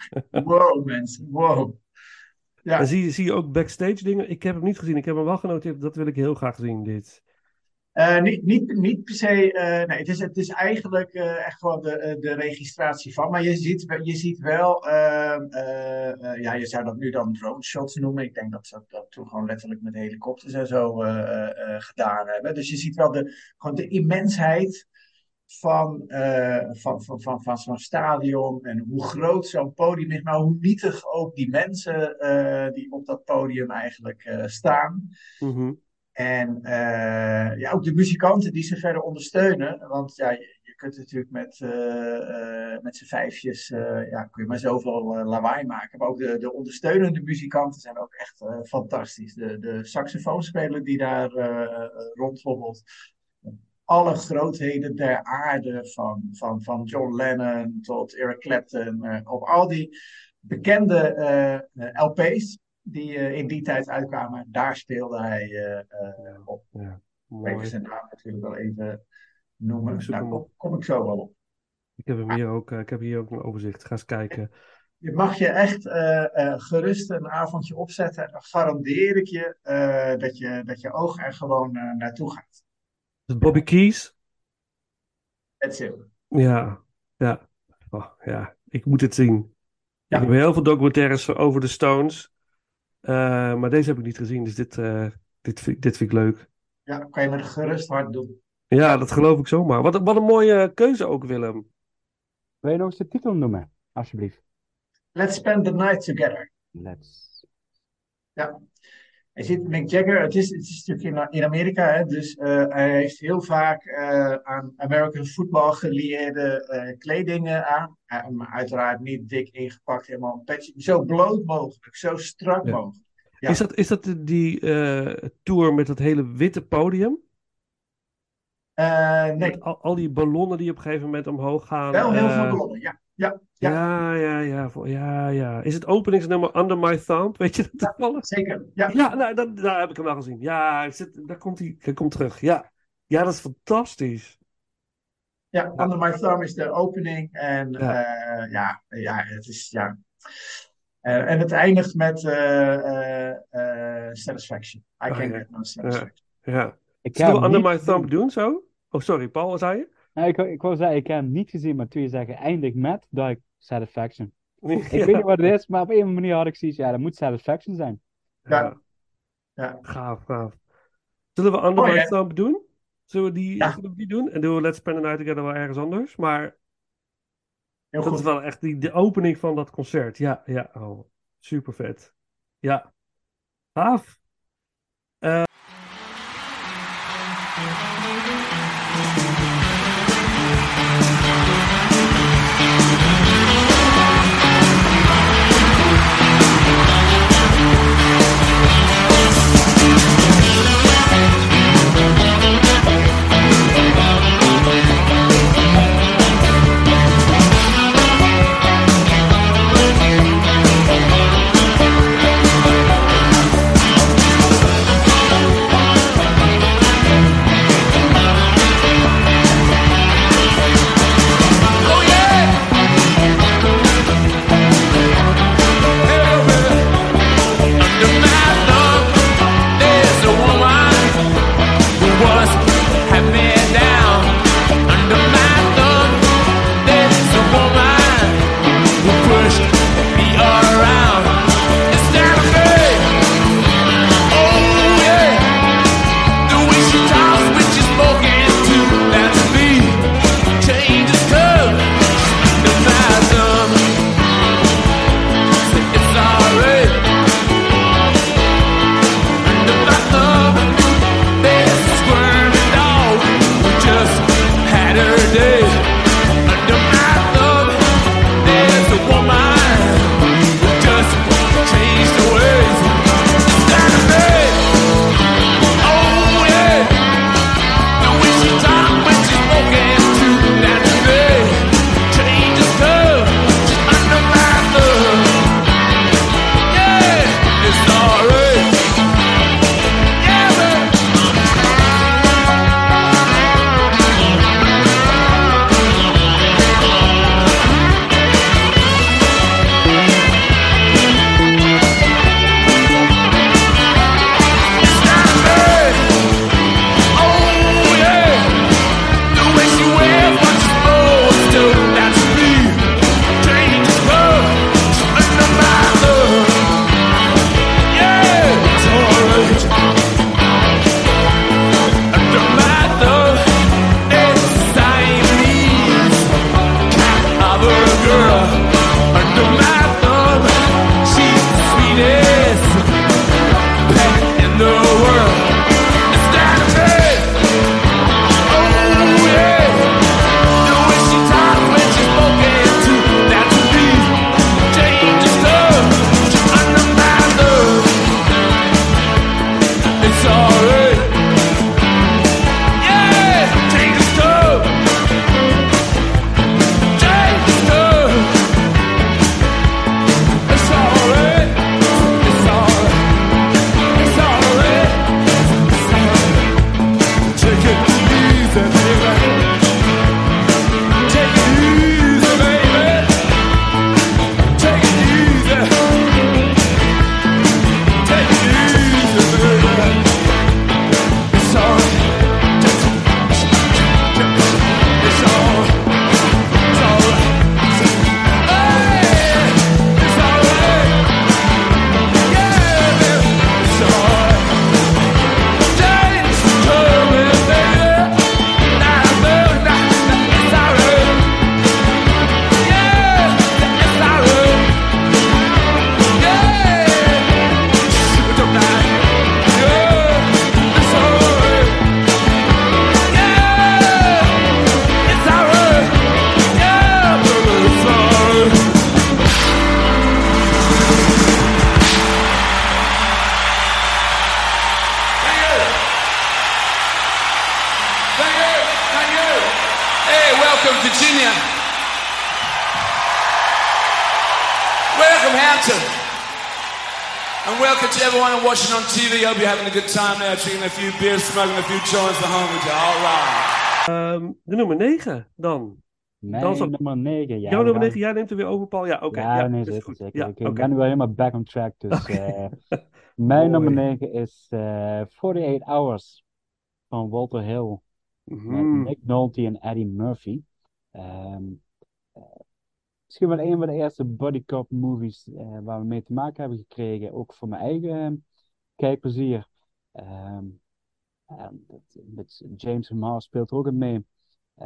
wow mensen, wow. Ja. En zie, je- zie je ook backstage dingen? Ik heb hem niet gezien. Ik heb hem wel genoteerd. Dat wil ik heel graag zien, dit. Eh, niet, niet, niet per se, eh, nee, het is, het is eigenlijk eh, echt gewoon de, eh, de registratie van. Maar je ziet, we- je ziet wel, ehm, eh, eh, ja, je zou dat nu dan drone shots noemen. Ik denk dat ze dat toen gewoon letterlijk met helikopters en zo eh, eh, eh, gedaan hebben. Dus je ziet wel de, gewoon de immensheid van, eh, van, van, van, van zo'n stadion. En hoe groot zo'n podium is, maar hoe nietig ook die mensen eh, die op dat podium eigenlijk eh, staan. Mhm. En eh, ja, ook de muzikanten die ze verder ondersteunen. Want ja, je, je kunt natuurlijk met, eh, eh, met z'n vijfjes eh, ja, kun je maar zoveel eh, lawaai maken. Maar ook de, de ondersteunende muzikanten zijn ook echt eh, fantastisch. De, de saxofoonspeler die daar eh rondhobbelt. Alle grootheden der aarde, van, van, van John Lennon tot Eric Clapton. eh, op al die bekende eh, L P's die eh, in die tijd uitkwamen, daar speelde hij eh, eh, op. Ja, Ik weet mooi. zijn naam natuurlijk wel even noemen. Ik zoek Daar hem kom, op. kom ik zo wel op. Ik heb hem hier ook, eh, ik heb hier ook een overzicht. Ga eens kijken. Je mag je echt eh, eh, gerust een avondje opzetten. En dan garandeer ik je, eh, dat je dat je oog er gewoon eh, naartoe gaat. Is het Bobby Keys? That's it. Ja, ja. Oh, ja, ik moet het zien. Ja. Ik heb heel veel documentaires over de Stones. eh, maar deze heb ik niet gezien, dus dit, eh, dit, vind, dit vind ik leuk. Ja, kan je met een gerust hart doen. Ja, dat geloof ik zomaar. Wat, wat een mooie keuze ook, Willem. Wil je nog eens de titel noemen, alsjeblieft? Let's spend the night together. Let's. Ja. Je ziet Mick Jagger, het is, het is natuurlijk in, in Amerika, hè, dus eh, hij heeft heel vaak eh, aan American football geleerde eh, kledingen aan. Eh, maar uiteraard niet dik ingepakt, helemaal een petje. Zo bloot mogelijk, zo strak Ja. mogelijk. Ja. Is dat, is dat de- die eh, tour met dat hele witte podium? Eh, nee, Met al, al die ballonnen die op een gegeven moment omhoog gaan. wel heel eh, veel ballonnen, ja. Ja, ja, Ja, ja, ja, voor- ja, ja. Is het openingsnummer Under My Thumb? Weet je dat toevallig? zeker. Ja. Ja, nou, dat, daar heb ik hem wel gezien. Ja, ik zit, daar komt hij, hij komt terug. Ja. Ja, dat is fantastisch. Ja, Under My Thumb is de opening. En Ja. ja, ja, ja het is, ja. Eh, en het eindigt met eh, eh, eh, Satisfaction. I Oh, can't ja. get no satisfaction. Ja. Ik Zullen heb we hem Under niet My Thumb gezien. doen zo? Oh, sorry, Paul, wat zei je? Nee, ik, wou- ik wou zeggen, ik heb hem niet gezien, maar toen je zeggen eindig met, dacht ik, Satisfaction. Ik weet niet wat het is, maar op een of andere manier had ik zoiets, ja, dat moet Satisfaction zijn. Ja. Ja. Gaaf, gaaf. Zullen we Under Mooi, My hè? Thumb doen? Zullen we die, Ja. zullen we die doen? En doen we Let's Spend the Night Together wel ergens anders. Maar Heel dat goed. is wel echt die, de opening van dat concert. Ja, ja. Oh, super vet. Ja. Gaaf. Virginia. Welcome, Hampton. And welcome to everyone watching on T V. Hope you're having a good time there, drinking a few beers, smoking a few joints at home with you. All right. Um, de nummer negen dan. Mijn Dan zal- nummer negen, ja. Jouw we nummer gaan- negen, jij neemt er weer over, Paul. Ja, oké. ja, ja, nee, dat is zeker, goed. zeker. Ja, ik, ik oké. ben nu wel helemaal back on track. Dus Oké. eh, mijn Mooi. nummer negen is eh forty-eight Hours van Walter Hill. Met Mhm. Nick Nolte en Eddie Murphy. Ehm, eh, misschien wel een van de eerste bodycop movies uh, waar we mee te maken hebben gekregen. Ook voor mijn eigen kijkplezier. Um, en met James Remar speelt er ook in mee. Uh,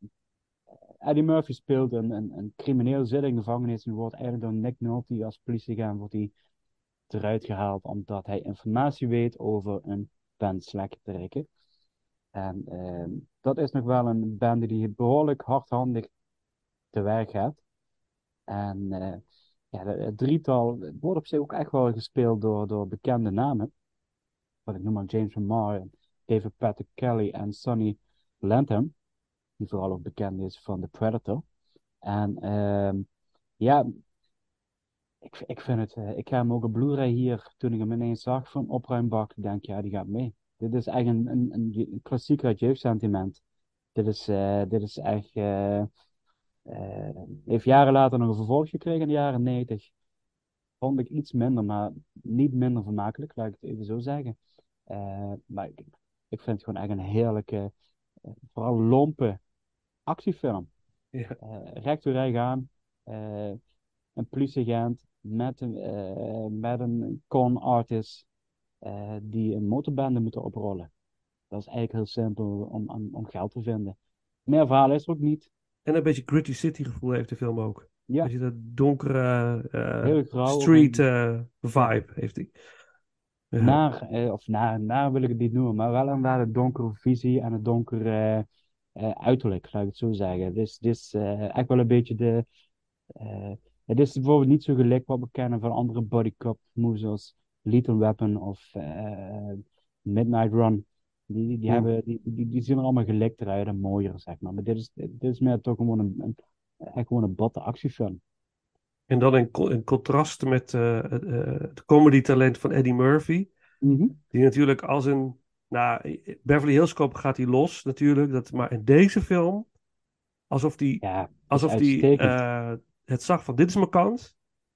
Eddie Murphy speelt een, een, een crimineel zit in gevangenis en wordt eigenlijk door Nick Nolte als politieagent wordt hij eruit gehaald omdat hij informatie weet over een band slechterikken. En uh, dat is nog wel een band die behoorlijk hardhandig te werk gaat. En uh, ja, het drietal wordt op zich ook echt wel gespeeld door, door bekende namen. Wat ik noem maar James Remar, David Patrick Kelly en Sonny Lantham. Die vooral ook bekend is van The Predator. En uh, ja, ik, ik vind het, uh, ik ga hem ook op Blu-ray hier, toen ik hem ineens zag van opruimbak, denk ja, die gaat mee. Dit is echt een, een, een klassieker uit jeugdsentiment. Dit is, uh, dit is echt, uh, uh, heeft jaren later nog een vervolg gekregen in de jaren negentig. Vond ik iets minder, maar niet minder vermakelijk, laat ik het even zo zeggen. Uh, maar ik, ik vind het gewoon echt een heerlijke, uh, vooral lompe actiefilm. Ja. Uh, recht door rij gaan. Uh, een politieagent met een, uh, met een con artist uh, die een motorbende moeten oprollen. Dat is eigenlijk heel simpel om, om, om geld te vinden. Meer verhaal is er ook niet. En een beetje Gritty City gevoel heeft de film ook. Ja. Beetje dat donkere uh, Heel grauw street en- uh, vibe heeft hij. Ja. Naar, eh, of naar, naar wil ik het niet noemen, maar wel inderdaad een donkere visie en een donkere eh, eh, uiterlijk, laat ik het zo zeggen. Dit is, dit is eh, echt wel een beetje de... eh, het is bijvoorbeeld niet zo gelijk wat we kennen van andere bodycop movies zoals Lethal Weapon of eh, Midnight Run. Die, die, die, Hmm. hebben, die, die, die zien er allemaal gelijk eruit en mooier, zeg maar. Maar dit is, dit is meer toch gewoon een, een, echt gewoon een botte actiefilm. En dan in, co- in contrast met uh, het, uh, het comedy talent van Eddie Murphy. Mhm. Die natuurlijk als een... Nou, Beverly Hills Cop gaat hij los natuurlijk. Dat, maar in deze film... Alsof hij Ja, alsof die, uitstekend. uh, het zag van dit is mijn kans.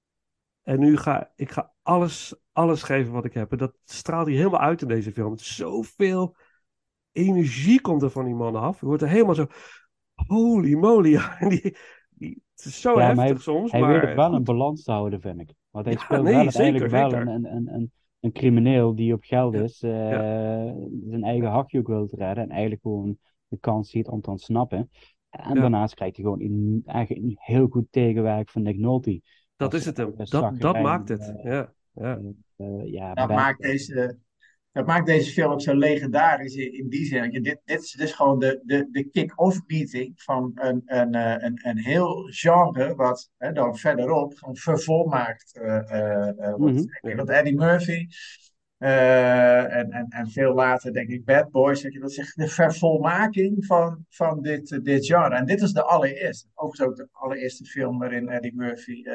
En nu ga ik ga alles, alles geven wat ik heb. En dat straalt hij helemaal uit in deze film. Zoveel energie komt er van die man af. Je wordt er helemaal zo... Holy moly. Ja, en die, die, het is zo Ja, maar heftig hij, soms. hij maar weet het wel goed. een balans te houden, vind ik. Want hij Ja, speelt nee, wel uiteindelijk zeker, wel zeker. een, een, een, een, een crimineel die op geld Ja, is, eh, ja, zijn eigen hachje ook wil redden en eigenlijk gewoon de kans ziet om te ontsnappen. En ja. daarnaast krijgt hij gewoon een, eigenlijk een heel goed tegenwerk van Nick Nolte. Dat Als is het hem. uh, Dat, dat zaggerijn, maakt het. eh, Ja, ja. eh, eh, ja, Dat bad maakt boy. deze, dat maakt deze film ook zo legendarisch in, in die zin. Je, dit, dit is dus gewoon de, de, de kick-off meeting van een, een, eh, een, een heel genre wat hè, dan verderop gewoon vervolmaakt uh, uh, uh, wordt. Mhm. Ik denk Ja. dat Eddie Murphy uh, en, en, en veel later denk ik Bad Boys, zeg je, dat is echt de vervolmaking van, van dit, uh, dit genre. En dit is de allereerste. Overigens ook de allereerste film waarin Eddie Murphy uh,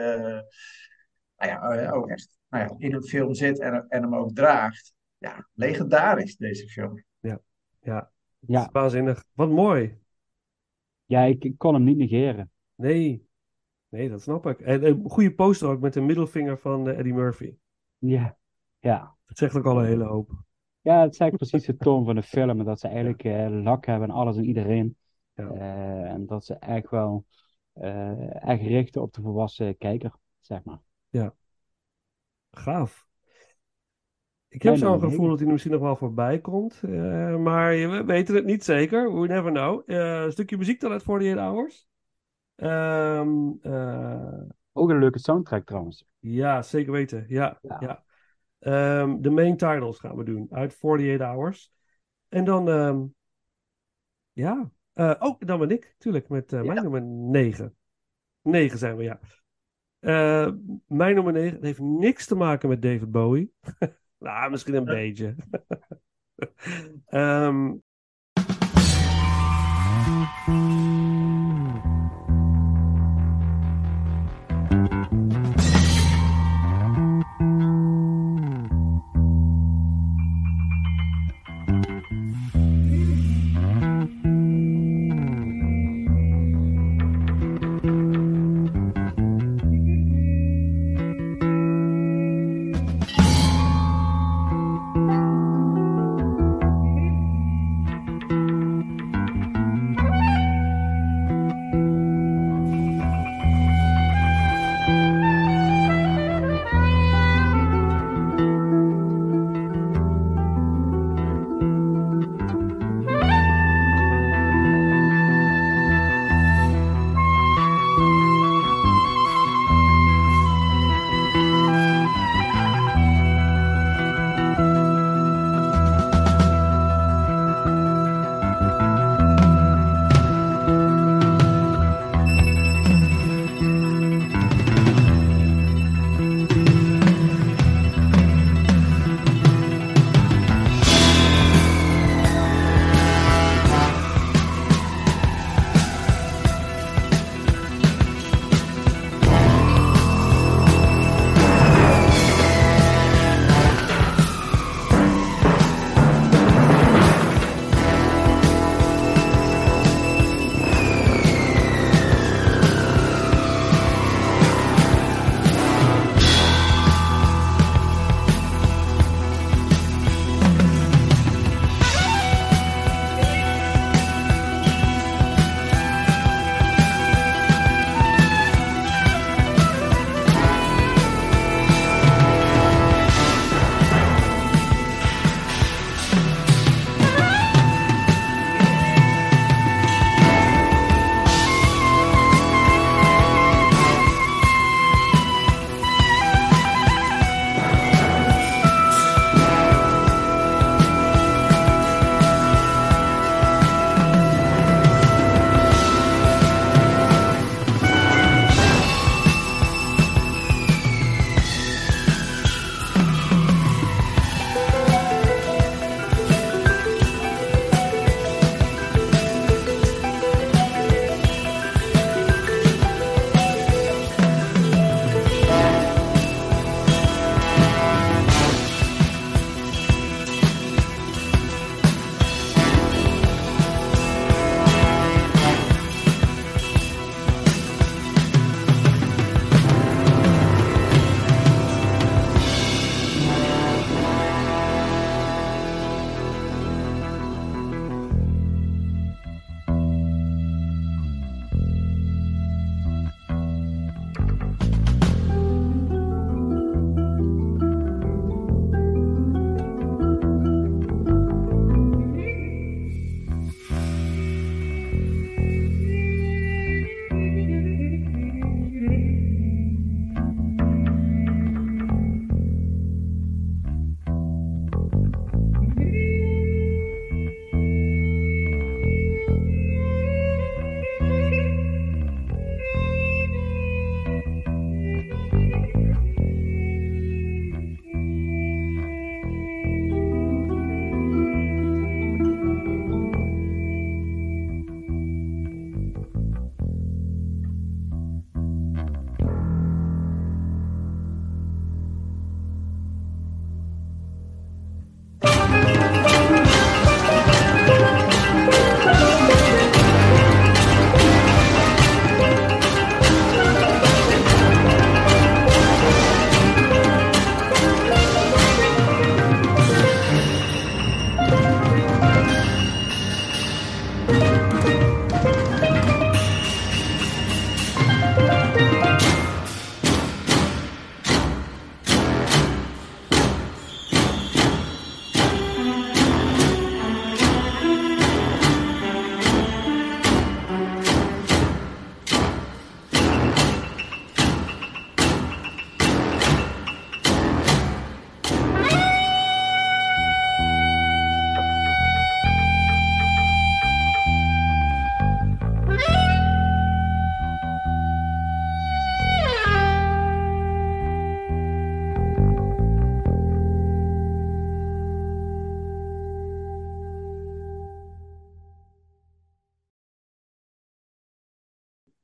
nou ja, uh, ook echt nou ja, in een film zit en, en hem ook draagt. Ja, legendarisch deze film. Ja, ja. Het is Ja, waanzinnig. Wat mooi. ja ik, ik kon hem niet negeren. Nee, nee, dat snap ik. En een goede poster ook met de middelvinger van uh, Eddie Murphy. Ja, ja. Dat zegt ook al een hele hoop. Ja, het zegt precies de toon van de film. En dat ze eigenlijk uh, lak hebben aan alles en iedereen. Ja. Uh, en dat ze echt wel uh, echt richten op de volwassen kijker, zeg maar. Ja, gaaf. Ik heb Mijn zo'n nummer gevoel negen. dat hij er misschien nog wel voorbij komt. Uh, maar we weten het niet zeker. We never know. Uh, een stukje muziek dan uit forty-eight hours. Um, uh, Ook een leuke soundtrack trouwens. ja, zeker weten. Ja, Ja. ja. Um, de main titles gaan we doen uit forty-eight hours. En dan, um, ja. Uh, oh, dan ben ik, tuurlijk, met uh, mijn Ja. nummer negen. negen zijn we, ja. Uh, mijn nummer negen heeft niks te maken met David Bowie. Nou, misschien een beetje. um,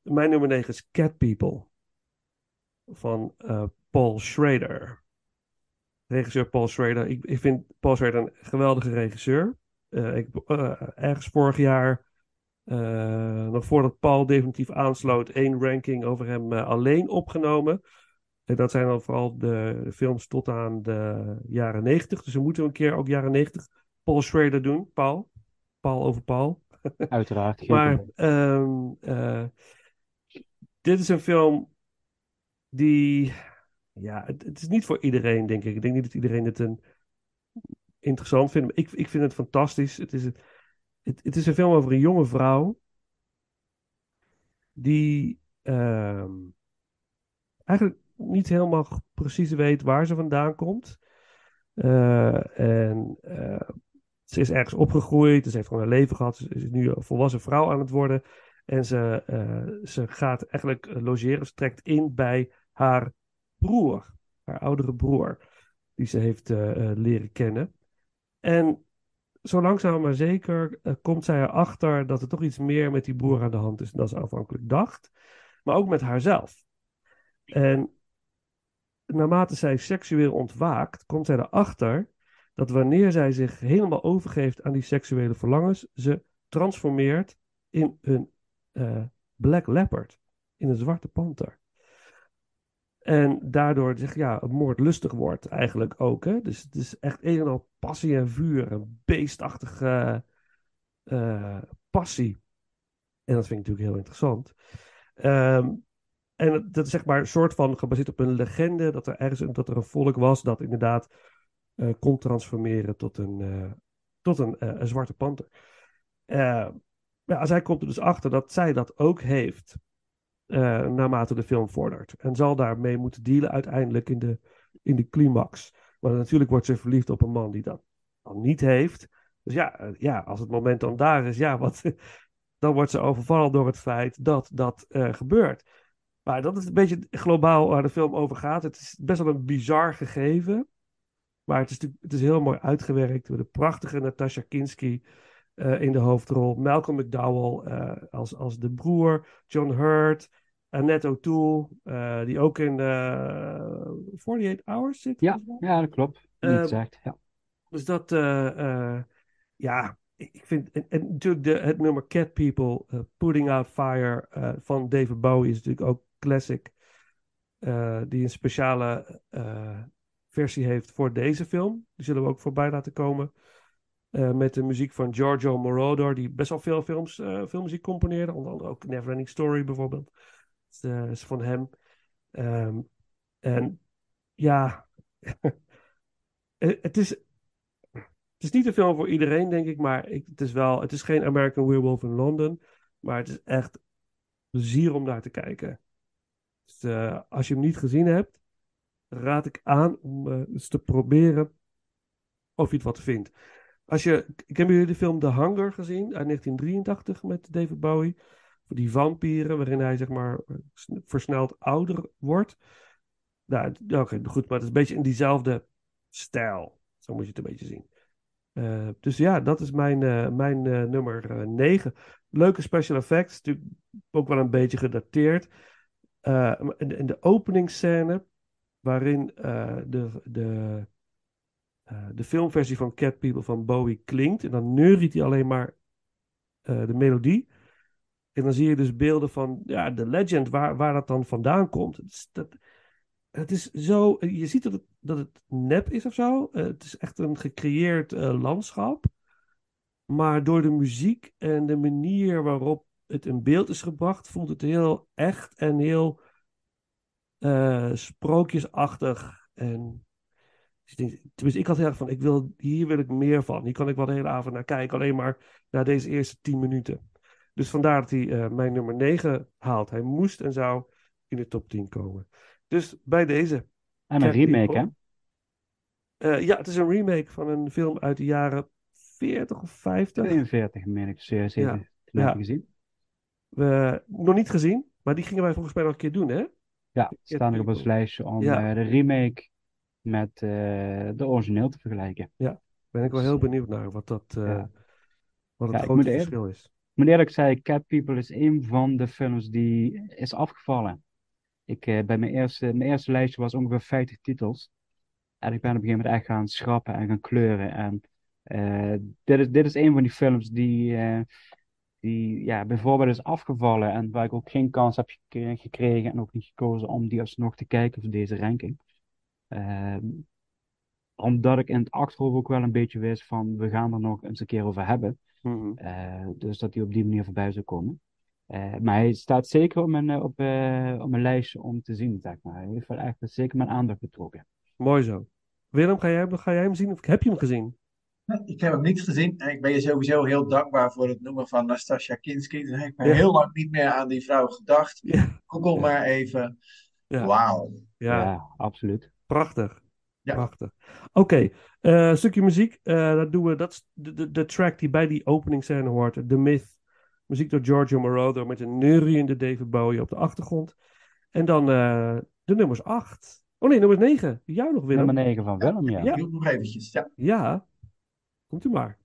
mijn nummer negen is Cat People van uh, Paul Schrader. Regisseur Paul Schrader. Ik, ik vind Paul Schrader een geweldige regisseur. Uh, ik, uh, ergens vorig jaar, uh, nog voordat Paul definitief aansloot, één ranking over hem uh, alleen opgenomen. En dat zijn dan vooral de, de films tot aan de jaren negentig. Dus we moeten een keer ook jaren negentig Paul Schrader doen. Paul. Paul over Paul. Uiteraard. Geen Maar probleem. um, uh, dit is een film die... Ja, het, het is niet voor iedereen, denk ik. Ik denk niet dat iedereen het een interessant vindt. Maar ik, ik vind het fantastisch. Het is, het, het is een film over een jonge vrouw die uh, eigenlijk niet helemaal precies weet waar ze vandaan komt. Uh, en uh, ze is ergens opgegroeid. Ze heeft gewoon een leven gehad. Ze is nu een volwassen vrouw aan het worden. En ze, uh, ze gaat eigenlijk logeren. Ze trekt in bij haar broer. Haar oudere broer. Die ze heeft uh, uh, leren kennen. En zo langzaam maar zeker uh, komt zij erachter dat er toch iets meer met die broer aan de hand is dan ze aanvankelijk dacht. Maar ook met haarzelf. En naarmate zij seksueel ontwaakt, komt zij erachter dat wanneer zij zich helemaal overgeeft aan die seksuele verlangens, ze transformeert in een uh, black leopard. In een zwarte panter. En daardoor zeg, ja, moordlustig wordt eigenlijk ook. Hè? Dus het is echt een en al passie en vuur. Een beestachtige uh, passie. En dat vind ik natuurlijk heel interessant. Um, en dat is zeg maar een soort van gebaseerd op een legende. Dat er ergens een, dat er een volk was dat inderdaad uh, kon transformeren tot een, uh, tot een, uh, een zwarte panter. Uh, ja, zij komt er dus achter dat zij dat ook heeft. Uh, naarmate de film vordert. En zal daarmee moeten dealen uiteindelijk in de, in de climax. Maar natuurlijk wordt ze verliefd op een man die dat dan niet heeft. Dus ja, uh, ja als het moment dan daar is, ja, wat, dan wordt ze overvallen door het feit dat dat uh, gebeurt. Maar dat is een beetje globaal waar de film over gaat. Het is best wel een bizar gegeven. Maar het is, het is heel mooi uitgewerkt door de prachtige Natasha Kinski uh, in de hoofdrol. Malcolm McDowell uh, als, als de broer. John Hurt. Annette O'Toole. Uh, die ook in uh, forty-eight hours zit. Ja, ja, dat klopt. Niet Uh, gezegd, ja. Dus dat... Uh, uh, ja, ik vind... En, en natuurlijk de, het nummer Cat People. Uh, Putting Out Fire uh, van David Bowie is natuurlijk ook classic. Uh, die een speciale... Uh, versie heeft voor deze film. Die zullen we ook voorbij laten komen. Uh, met de muziek van Giorgio Moroder, die best wel veel films, uh, filmmuziek componeerde. Onder andere ook Neverending Story bijvoorbeeld. Dat is, uh, is van hem. Um, en ja, het, is, het is niet een film voor iedereen, denk ik. Maar ik, het is wel, het is geen American Werewolf in London. Maar het is echt plezier om naar te kijken. Dus uh, als je hem niet gezien hebt, raad ik aan om uh, eens te proberen of je het wat vindt. Als je, ik heb jullie de film The Hunger gezien uit negentien drieëntachtig met David Bowie. Voor die vampieren, waarin hij zeg maar versneld ouder wordt. Nou, oké, okay, goed, maar het is een beetje in diezelfde stijl. Zo moet je het een beetje zien. Uh, dus ja, dat is mijn, uh, mijn uh, nummer negen. Leuke special effects, natuurlijk ook wel een beetje gedateerd. Uh, in, in de openingsscène, waarin uh, de, de, uh, de filmversie van Cat People van Bowie klinkt. En dan neuriet hij alleen maar uh, de melodie. En dan zie je dus beelden van ja, de legend, waar, waar dat dan vandaan komt. Het is, dat, het is zo, je ziet dat het, dat het nep is of zo. Uh, het is echt een gecreëerd uh, landschap. Maar door de muziek en de manier waarop het in beeld is gebracht, voelt het heel echt en heel... Uh, sprookjesachtig. En tenminste, ik had heel erg van, ik wil, hier wil ik meer van. Hier kan ik wel de hele avond naar kijken, alleen maar naar deze eerste tien minuten. Dus vandaar dat hij uh, mijn nummer negen haalt. Hij moest en zou in de top tien komen. Dus bij deze. En een remake, hè? Uh, ja, het is een remake van een film uit de jaren veertig of vijftig. tweeënveertig, meen ik. Zeer zeker. Ja. Ja. Gezien. We, nog niet gezien, maar die gingen wij volgens mij nog een keer doen, hè? Ja, staan er op ons lijstje om ja. uh, de remake met uh, de origineel te vergelijken. Ja, ben ik wel heel benieuwd naar wat, dat, uh, ja. wat het ja, grote verschil even, is. moet eerlijk zeggen, Cat People is een van de films die is afgevallen. Ik, eh, bij mijn eerste, mijn eerste lijstje was ongeveer vijftig titels. En ik ben op een gegeven moment echt gaan schrappen en gaan kleuren. En eh, dit is, dit is een van die films die, eh, die ja, bijvoorbeeld is afgevallen. En waar ik ook geen kans heb gek- gekregen en ook niet gekozen om die alsnog te kijken voor deze ranking. Ehm, omdat ik in het achterhoofd ook wel een beetje wist van we gaan er nog eens een keer over hebben. Mhm. Eh, dus dat hij op die manier voorbij zou komen. Eh, maar hij staat zeker op mijn, eh, op, eh, op mijn lijstje om te zien, zeg maar. Hij heeft wel echt zeker mijn aandacht betrokken. Mooi zo. Willem, ga jij, hem- ga jij hem zien? Of heb je hem gezien? Nee, ik heb hem niet gezien en ik ben je sowieso heel dankbaar voor het noemen van Nastassja Kinski. Dus ik ben Ja. heel lang niet meer aan die vrouw gedacht. Ja. Google Ja. maar even. Ja. Wauw. Ja, Ja, absoluut. prachtig. Ja. Prachtig. Oké, eh, een stukje muziek. eh, dat doen we. Dat is de, de, de track die bij die openingsscène hoort. The Myth. Muziek door Giorgio Moroder met een neuriënde David Bowie op de achtergrond. En dan eh, de nummers acht. Oh nee, nummer negen. Jou nog, Willem. Nummer negen van Willem, ja. Ja. Ik doe nog eventjes. Ja. Ja. Komt u maar.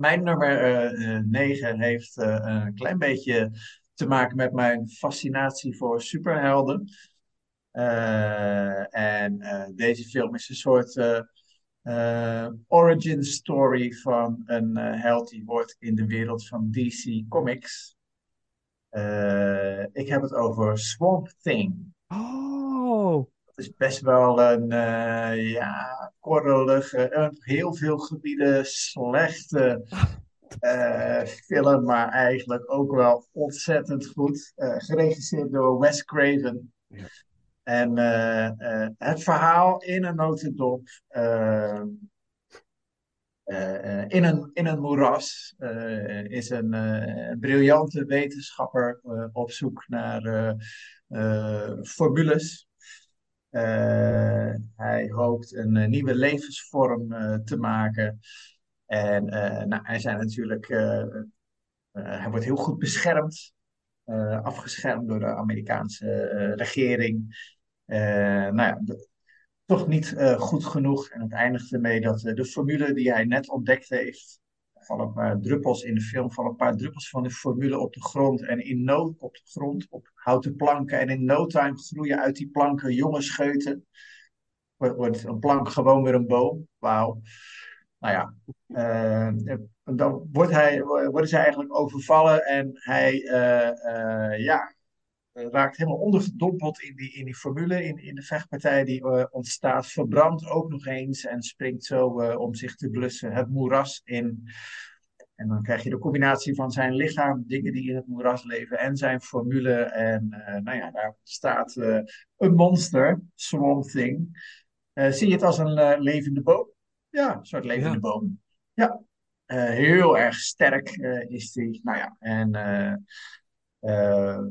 Mijn nummer negen heeft uh, een klein beetje te maken met mijn fascinatie voor superhelden. Uh, en uh, deze film is een soort uh, uh, origin story van een uh, held die wordt in de wereld van D C Comics. Uh, ik heb het over Swamp Thing. Oh, Het is best wel een uh, ja, korrelige, uh, heel veel gebieden slechte uh, film, maar eigenlijk ook wel ontzettend goed. Uh, geregisseerd door Wes Craven. ja. En uh, uh, het verhaal in een notendop, uh, uh, in, een, in een moeras, uh, is een uh, briljante wetenschapper uh, op zoek naar uh, uh, formules. Uh, hij hoopt een uh, nieuwe levensvorm uh, te maken. En uh, nou, hij zijn natuurlijk, uh, uh, hij wordt heel goed beschermd, uh, afgeschermd door de Amerikaanse uh, regering. Uh, nou ja, de, toch niet uh, goed genoeg. En het eindigt ermee dat uh, de formule die hij net ontdekt heeft, er vallen een paar druppels in de film, vallen een paar druppels van de formule op de grond. En in no op de grond, op houten planken. En in no time groeien uit die planken jonge scheuten. Wordt een plank gewoon weer een boom. Wauw. Nou ja, uh, dan wordt hij, worden ze eigenlijk overvallen en hij uh, uh, ja, raakt helemaal ondergedompeld in die, in die formule, in, in de vechtpartij die uh, ontstaat, verbrandt ook nog eens en springt zo uh, om zich te blussen het moeras in. En dan krijg je de combinatie van zijn lichaam, dingen die in het moeras leven en zijn formule. En uh, nou ja, daar staat uh, een monster, Swamp Thing. Uh, zie je het als een uh, levende boom? Ja, een soort levende Ja. boom. Ja, uh, heel erg sterk uh, is die. Nou ja, en, uh, uh,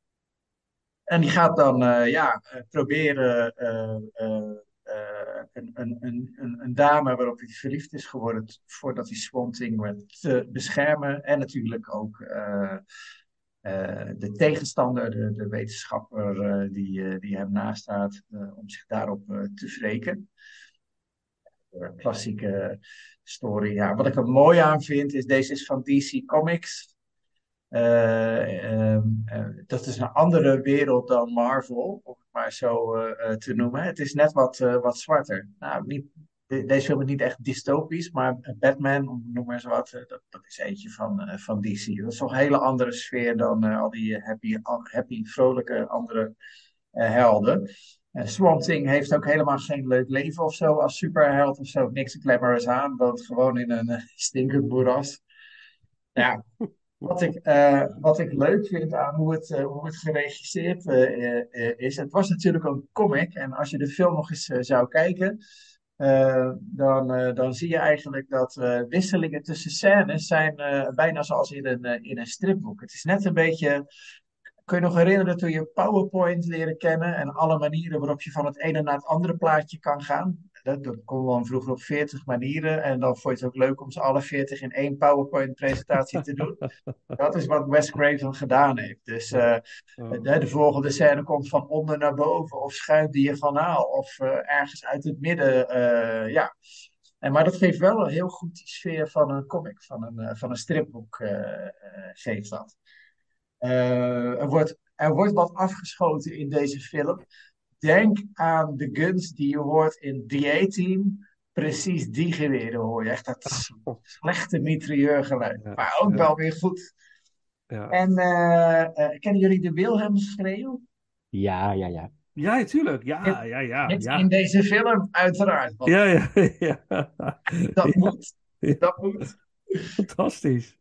en die gaat dan uh, ja, uh, proberen uh, uh, uh, een, een, een, een dame waarop hij verliefd is geworden t- voordat hij Swamp Thing werd te beschermen. En natuurlijk ook uh, uh, de tegenstander, de, de wetenschapper uh, die, uh, die hem nastaat, uh, om zich daarop uh, te wreken. Klassieke story. Ja, wat ik er mooi aan vind, is deze is van D C Comics. Uh, um, uh, dat is een andere wereld dan Marvel, om het maar zo uh, uh, te noemen. Het is net wat, uh, wat zwarter. Nou, niet, de, deze film is niet echt dystopisch, maar Batman, noem maar eens wat, uh, dat, dat is eentje van, uh, van D C. Dat is toch een hele andere sfeer dan uh, al die happy, happy, vrolijke andere uh, helden. Uh, Swamp Thing heeft ook helemaal geen leuk leven of zo als superheld of zo. Niks glamorous aan, woont gewoon in een uh, stinkend moeras. Ja, wat ik, uh, wat ik leuk vind aan hoe het, uh, hoe het geregisseerd uh, uh, is. Het was natuurlijk een comic. En als je de film nog eens uh, zou kijken. Uh, dan, uh, dan zie je eigenlijk dat uh, wisselingen tussen scènes zijn uh, bijna zoals in een, uh, in een stripboek. Het is net een beetje. Kun je nog herinneren toen je PowerPoint leren kennen en alle manieren waarop je van het ene naar het andere plaatje kan gaan? Dat, dat kon dan vroeger op veertig manieren en dan vond je het ook leuk om ze alle veertig in één PowerPoint-presentatie te doen. Dat is wat Wes Craven gedaan heeft. Dus uh, Oh. de, de volgende scène komt van onder naar boven of schuin diagonaal of uh, ergens uit het midden. Uh, ja. En, maar dat geeft wel een heel goed die sfeer van een comic, van een, uh, van een stripboek uh, uh, geeft dat. Uh, er, wordt, er wordt wat afgeschoten in deze film. Denk aan de guns die je hoort in The A-Team. Precies die geweren hoor je. Echt dat slechte mitrailleurgeluid. Ja, Maar ook ja. wel weer goed. Ja, En uh, uh, kennen jullie de Wilhelmschreeuw? Ja, ja, ja. ja, tuurlijk. Ja, ja, ja. Niet Ja, in deze film, uiteraard. Want ja, ja. ja. dat Ja, moet. Dat moet. fantastisch.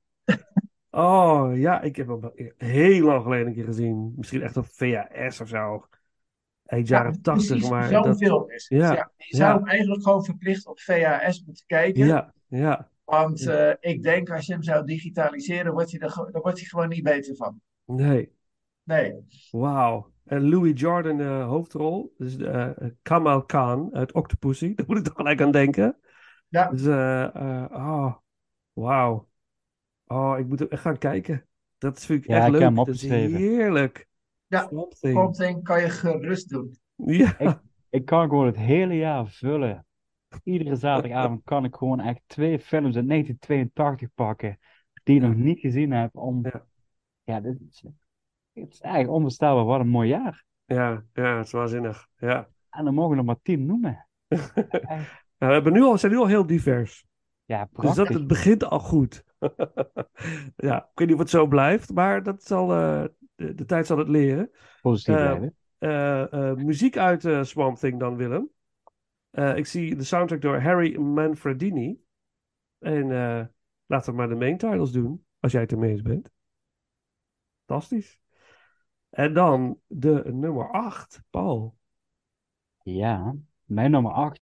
Oh, ja, ik heb hem heel lang geleden een keer gezien. Misschien echt op V H S of zo. Eind Ja, jaren tachtig, precies. maar Zo'n dat... film is het. Ja, Ja, je zou ja, hem eigenlijk gewoon verplicht op V H S moeten kijken. ja, ja. Want uh, ik denk als je hem zou digitaliseren, wordt hij er, ge- dan wordt hij gewoon niet beter van. Nee, Nee. wauw. En Louis Jordan uh, hoofdrol. Dus uh, Kamal Khan uit Octopussy. Daar moet ik toch gelijk aan denken. Ja, Dus, uh, uh, oh, wauw. Oh, ik moet er echt gaan kijken. Dat vind ik Ja, echt ik heb leuk. hem Dat is opgeschreven. heerlijk. ja. Swamp Thing. Something kan je gerust doen. Ja, Ik, ik kan gewoon het hele jaar vullen iedere zaterdagavond kan ik gewoon echt twee films uit negentien tweeëntachtig pakken die ik Ja. nog niet gezien heb. Om... Ja. Ja, dit is, het is eigenlijk onvoorstelbaar. Wat een mooi jaar. Ja, ja, het is waanzinnig. Ja. En dan mogen we nog maar tien noemen. Echt, Nou, we hebben nu al, zijn nu al heel divers. ja, Dus dat, prachtig. het begint al goed. Ja, ik weet niet of het zo blijft, maar dat zal, eh, de, de tijd zal het leren. Positief Eh, blijven. eh, eh, muziek uit eh, Swamp Thing dan, Willem. Eh, ik zie de soundtrack door Harry Manfredini. En eh, laten we maar de main titles doen, als jij het ermee eens bent. Fantastisch. En dan de nummer acht, Paul. Ja, mijn nummer acht.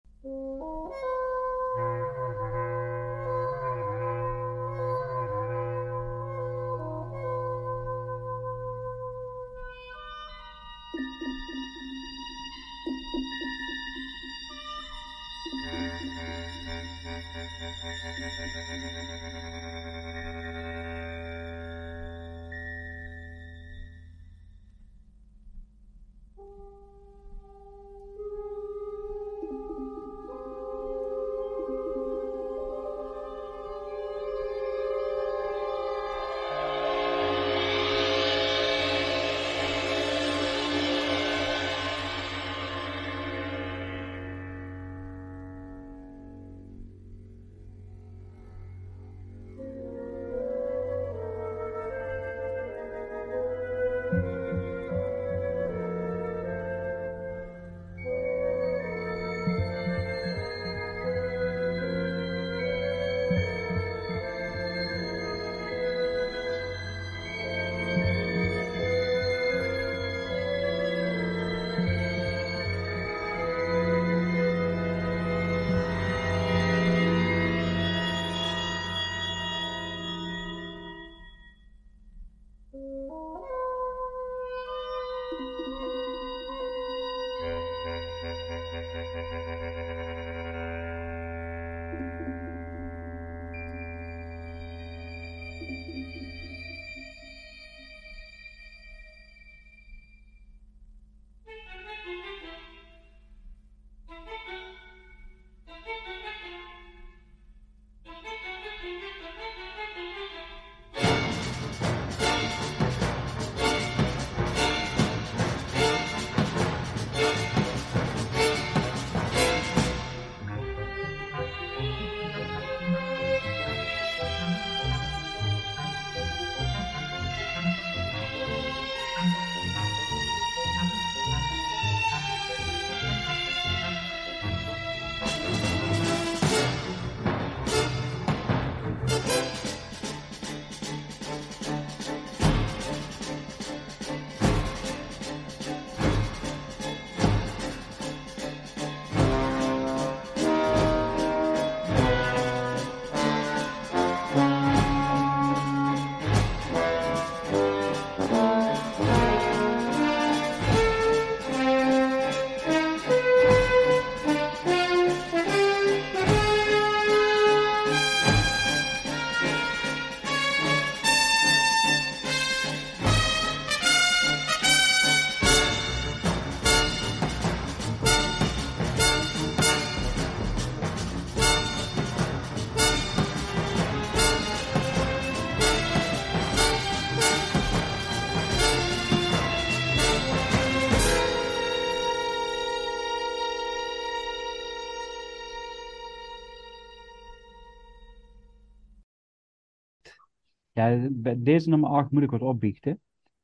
Ja, bij deze nummer acht moet ik wat opbiechten.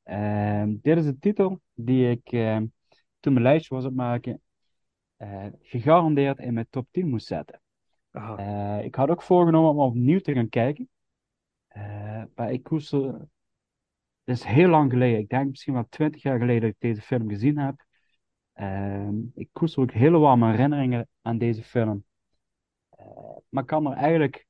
Ehm, dit is de titel die ik ehm, toen mijn lijstje was opmaken, eh, gegarandeerd in mijn top tien moest zetten. Aha. Eh, ik had ook voorgenomen om opnieuw te gaan kijken. Eh, maar ik koester... Het is heel lang geleden. Ik denk misschien wel twintig jaar geleden dat ik deze film gezien heb. Ehm, ik koester ook hele warme herinneringen aan deze film. Eh, maar kan er eigenlijk...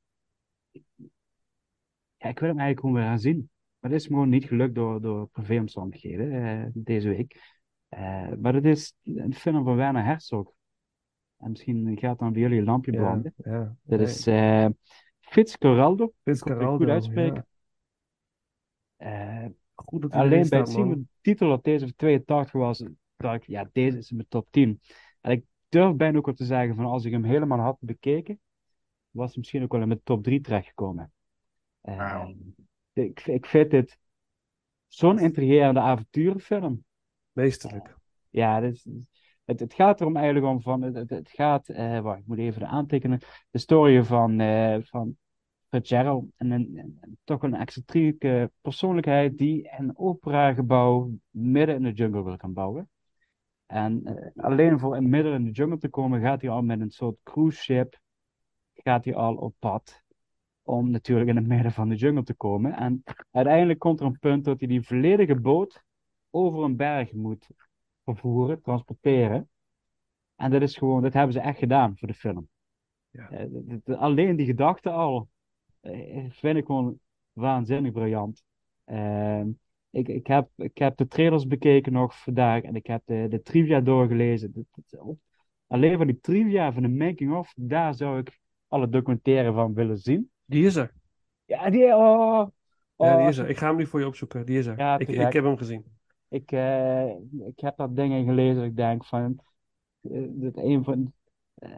Ja, ik wil hem eigenlijk gewoon weer gaan zien. Maar het is me gewoon niet gelukt door, door privéomstandigheden eh, deze week. Eh, maar het is een film van Werner Herzog. En misschien gaat dan bij jullie een lampje Ja, branden. ja. Dit Nee. is eh Fitzcarraldo. Fitzcarraldo, Goed uitspreken. ja. Eh, Goed dat hij alleen erin bij het staat, zien man. van de titel dat deze van tweeëntachtig was, dacht ik, ja, deze is in mijn top tien. En ik durf bijna ook wel te zeggen van als ik hem helemaal had bekeken, was hij misschien ook wel in mijn top drie terechtgekomen. Uh, Wauw. ik, ik vind dit zo'n intrigerende avonturenfilm. Meesterlijk. Ja, dit is, het, het gaat erom eigenlijk om van, het, het, het gaat, uh, wacht, ik moet even aantekenen, de story van, uh, van Fitzgerald, en een, een, toch een excentrieke persoonlijkheid die een operagebouw midden in de jungle wil gaan bouwen. En uh, alleen voor in midden in de jungle te komen, gaat hij al met een soort cruise ship, gaat hij al op pad, om natuurlijk in het midden van de jungle te komen. En uiteindelijk komt er een punt dat hij die volledige boot over een berg moet vervoeren, transporteren. En dat is gewoon, dat hebben ze echt gedaan voor de film. Ja. Uh, d- d- alleen die gedachte al, uh, vind ik gewoon waanzinnig briljant. Uh, ik, ik, heb, ik heb de trailers bekeken nog vandaag en ik heb de, de trivia doorgelezen. Dat- dat- alleen van die trivia, van de making-of, daar zou ik alle documentaire van willen zien. Die is er. Ja, die, oh, Ja, die oh, is er. Ik ga hem nu voor je opzoeken. Die is er. ja, Ik, te ik gek. heb hem gezien. Ik, uh, ik heb dat dingen gelezen dat ik denk van, uh, dat een van, uh,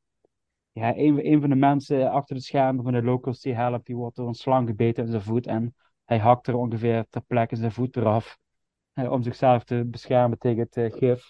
ja, een, een van de mensen achter de schermen van de locals die helpt, die wordt door een slang gebeten in zijn voet en hij hakt er ongeveer ter plekke zijn voet eraf, uh, om zichzelf te beschermen tegen het uh, gif.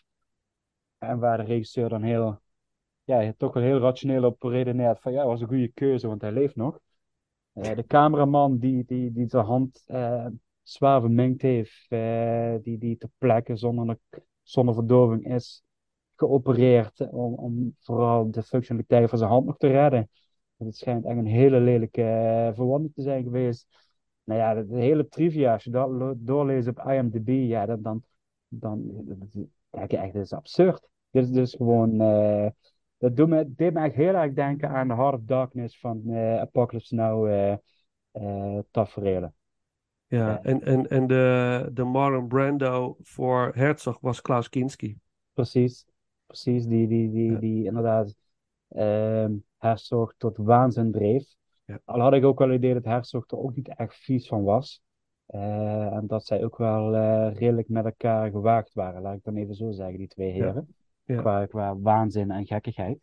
En waar de regisseur dan heel, ja, toch wel heel rationeel op redeneert van, ja, dat was een goede keuze, want hij leeft nog. Uh, de cameraman die, die, die zijn hand uh, zwaar verminkt heeft, uh, die, die ter plekke zonder, zonder verdoving is geopereerd om, om vooral de functionaliteit van zijn hand nog te redden. Want het schijnt echt een hele lelijke uh, verwonding te zijn geweest. Nou ja, de, de hele trivia, als je dat lo- doorleest op I M D B, ja, dan, dan, dan denk je echt, dit is absurd. Dit is dus gewoon, uh, dat doet me, deed me echt heel erg denken aan The Heart of Darkness van uh, Apocalypse Now uh, uh, taferelen. Ja, Ja. en, en, en de, de Marlon Brando voor Herzog was Klaus Kinski. Precies, precies, die, die, die, Ja. die inderdaad uh, Herzog tot waanzin dreef. Ja. Al had ik ook wel het idee dat Herzog er ook niet echt vies van was. Uh, en dat zij ook wel uh, redelijk met elkaar gewaagd waren, laat ik dan even zo zeggen, die twee heren. Ja. Ja. Qua, qua waanzin en gekkigheid.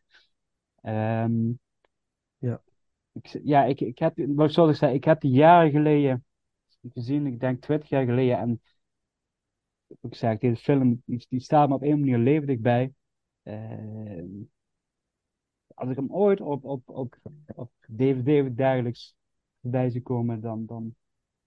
Um, Ja. Ik, ja, ik, ik heb, wat zal ik zeggen, ik heb die jaren geleden gezien, ik denk twintig jaar geleden, en ik zeg, deze film, die, die staat me op een manier levendig bij. Uh, als ik hem ooit op, op, op, op D V D of dergelijks bij zie komen, dan, dan,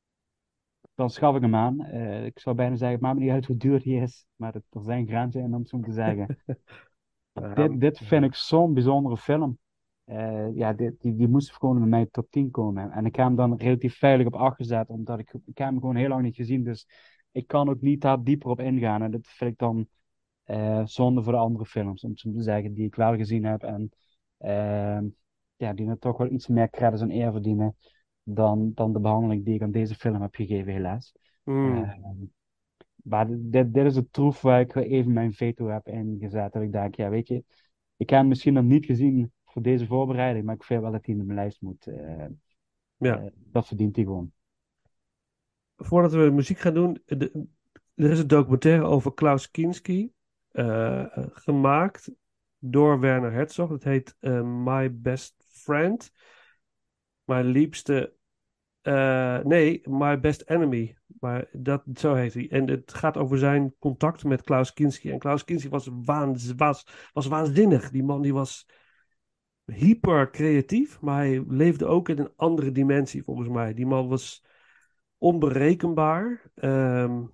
dan schaf ik hem aan. Uh, ik zou bijna zeggen, het maakt me niet uit hoe duur die is, maar het, er zijn grenzen in, om het zo te zeggen. Ja, dit, dit vind ik zo'n bijzondere film. Uh, ja, die, die, die moest gewoon in mijn top tien komen. En ik heb hem dan relatief veilig op acht gezet, omdat ik, ik heb hem gewoon heel lang niet gezien. Dus ik kan ook niet daar dieper op ingaan. En dat vind ik dan uh, zonde voor de andere films, om zo te zeggen, die ik wel gezien heb. En uh, ja, die er toch wel iets meer credits en eer verdienen dan, dan de behandeling die ik aan deze film heb gegeven, helaas. Mm. Uh, maar dit, dit is het troef waar ik even mijn veto heb ingezet. Dat ik denk, ja, weet je, ik heb hem misschien nog niet gezien voor deze voorbereiding, maar ik vind wel dat hij in mijn lijst moet. Uh, ja. uh, dat verdient hij gewoon. Voordat we muziek gaan doen, de, er is een documentaire over Klaus Kinski, uh, gemaakt door Werner Herzog. Het heet uh, My Best Friend. Mijn liefste... Uh, nee, My Best Enemy. Maar dat, zo heet hij. En het gaat over zijn contact met Klaus Kinski. En Klaus Kinski was, waanz, was, was waanzinnig. Die man die was hyper creatief, maar hij leefde ook in een andere dimensie volgens mij. Die man was onberekenbaar, um,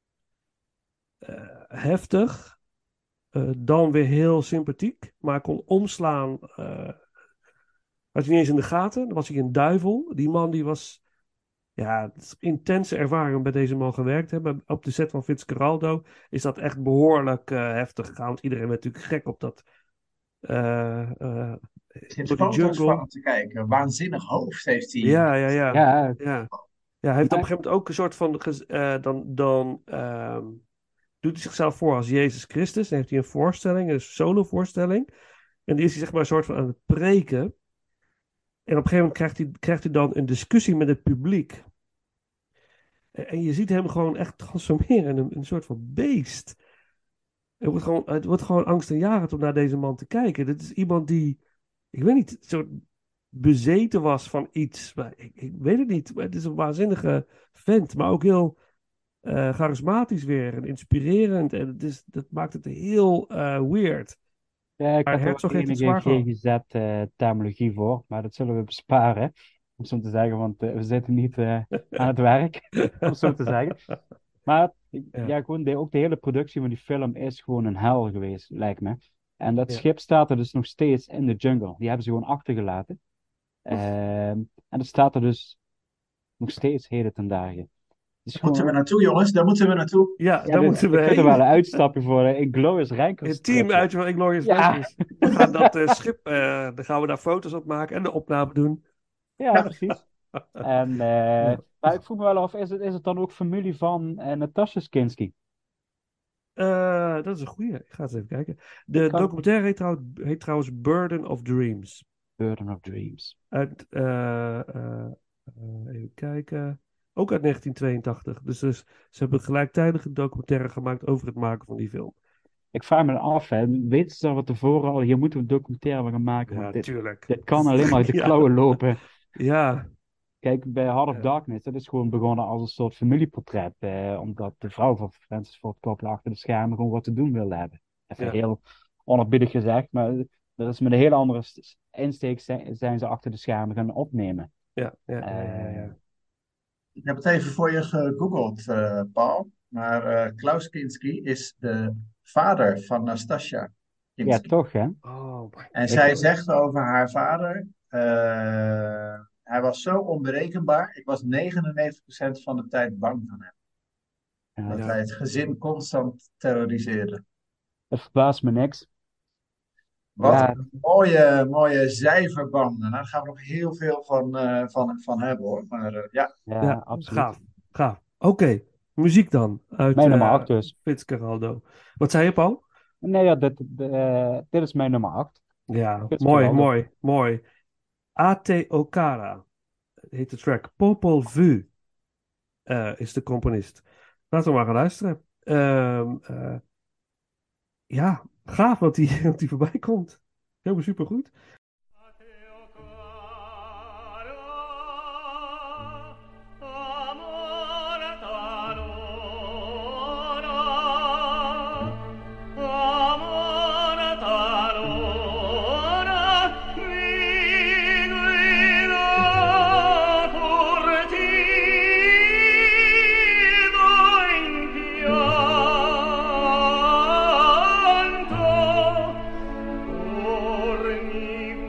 uh, heftig, uh, dan weer heel sympathiek, maar kon omslaan. Uh, had hij niet eens in de gaten, dan was hij een duivel. Die man die was... Ja, het is intense ervaring bij deze man gewerkt hebben. Op de set van Fitzcarraldo is dat echt behoorlijk uh, heftig gegaan. Want iedereen werd natuurlijk gek op dat. Uh, uh, Ik heb foto's van hem te kijken. Waanzinnig hoofd heeft hij. Ja, ja, ja. Ja, ja. ja hij heeft op een gegeven moment ook een soort van. Uh, dan dan uh, doet hij zichzelf voor als Jezus Christus. Dan heeft hij een voorstelling, een solo-voorstelling. En die is hij zeg maar een soort van aan het preken. En op een gegeven moment krijgt hij, krijgt hij dan een discussie met het publiek. En je ziet hem gewoon echt transformeren in een, een soort van beest. Het wordt gewoon, het wordt gewoon angstaanjagend om naar deze man te kijken. Dit is iemand die, ik weet niet, zo bezeten was van iets. Maar ik, ik weet het niet. Maar het is een waanzinnige vent, maar ook heel uh, charismatisch weer en inspirerend. En het is, dat maakt het heel uh, weird. Ja, ik Maar had er Herzog ook heeft het enige zwaar gehad. G Z uh, terminologie voor, maar dat zullen we besparen. Om zo te zeggen, want uh, we zitten niet uh, aan het werk, om zo te zeggen. Maar ja, Ja. gewoon de, ook de hele productie van die film is gewoon een hel geweest, lijkt me. En dat Ja. schip staat er dus nog steeds in de jungle. Die hebben ze gewoon achtergelaten. Ehm, en dat staat er dus nog steeds heden ten dagen. Het is Daar moeten we gewoon, naartoe, jongens. Daar moeten we naartoe. Ja, ja, daar dit- moeten we we kunnen wel een heen. uitstapje voor uh, Inglourious Basterds. Het team uit van Inglourious Ja. Basterds. We gaan dat uh, schip, uh, dan gaan we daar foto's op maken en de opname doen. Ja, precies. En, uh, Ja. maar ik vroeg me wel af, is het, is het dan ook familie van uh, Natasha Kinski? Uh, dat is een goeie. Ik ga eens even kijken. De Ik kan- documentaire heet, trouw, heet trouwens Burden of Dreams. Burden of Dreams. Uit, uh, uh, uh, even kijken. Ook uit negentien tweeëntachtig. Dus, dus ze hebben gelijktijdig een documentaire gemaakt over het maken van die film. Ik vraag me af, hè, weten ze wat tevoren al, hier moeten we een documentaire van gaan maken, Ja, want dit, tuurlijk. dit kan alleen maar uit de Ja. klauwen lopen. Ja, Kijk, bij Heart of Ja. Darkness, dat is gewoon begonnen als een soort familieportret, eh, omdat de vrouw van Francis Ford Coppola achter de schermen gewoon wat te doen wilde hebben. Even Ja. heel onerbiedig gezegd, maar er is met een hele andere st- insteek zijn, zijn ze achter de schermen gaan opnemen. ja, ja, ja, ja, Eh, ja. Ik heb het even voor je gegoogeld, eh, Paul. Maar eh, Klaus Kinski is de vader van Nastasia ja, Kinski. toch, hè? Oh, my. En zij zegt over haar vader, eh, hij was zo onberekenbaar. Ik was negenennegentig procent van de tijd bang van hem. Ja, Dat Ja. hij het gezin constant terroriseerde. het verbaast me niks. Wat Ja. een mooie, mooie zijverbanden. Nou, daar gaan we nog heel veel van, eh, van, van hebben hoor. Maar eh, ja, Ja, Ja, absoluut. gaaf. Gaaf. Oké, muziek dan. Uit Mijn nummer eh, acht dus. Fitzcarraldo. Wat zei je, Paul? Nee, ja, dit, de- eh, dit is mijn nummer acht. Ja, Fitzcarraldo. mooi, mooi, mooi. A T Okara heet de track. Popol Vuh eh, is de componist. Laten we maar gaan luisteren. Ehm, eh, ja, gaaf wat die, wat die voorbij komt. Helemaal supergoed. Dormi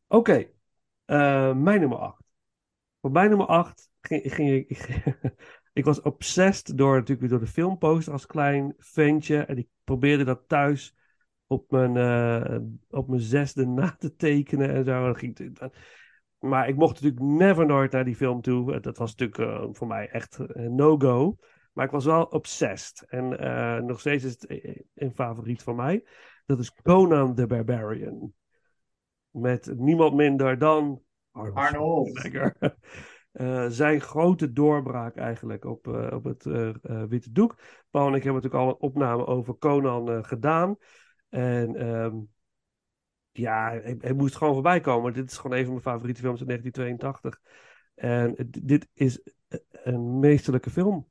Oké, eh, mijn nummer acht. Voor mijn nummer acht ging, ging ik... Ik, ik was obsessed door, natuurlijk weer door de filmposter als klein ventje. En ik probeerde dat thuis op mijn, eh, op mijn zesde na te tekenen en zo. Dat ging, dat, maar ik mocht natuurlijk never nooit naar die film toe. Dat was natuurlijk uh, voor mij echt een no-go. Maar ik was wel obsessed. En uh, nog steeds is het een favoriet van mij. Dat is Conan the Barbarian. Met niemand minder dan Arnold. Schwarzenegger. Uh, zijn grote doorbraak eigenlijk op, uh, op het uh, uh, witte doek. Paul en ik hebben natuurlijk al een opname over Conan uh, gedaan. En um, ja, hij, hij moest gewoon voorbij komen. Dit is gewoon een van mijn favoriete films uit negentien tweeëntachtig. En uh, dit is een meesterlijke film.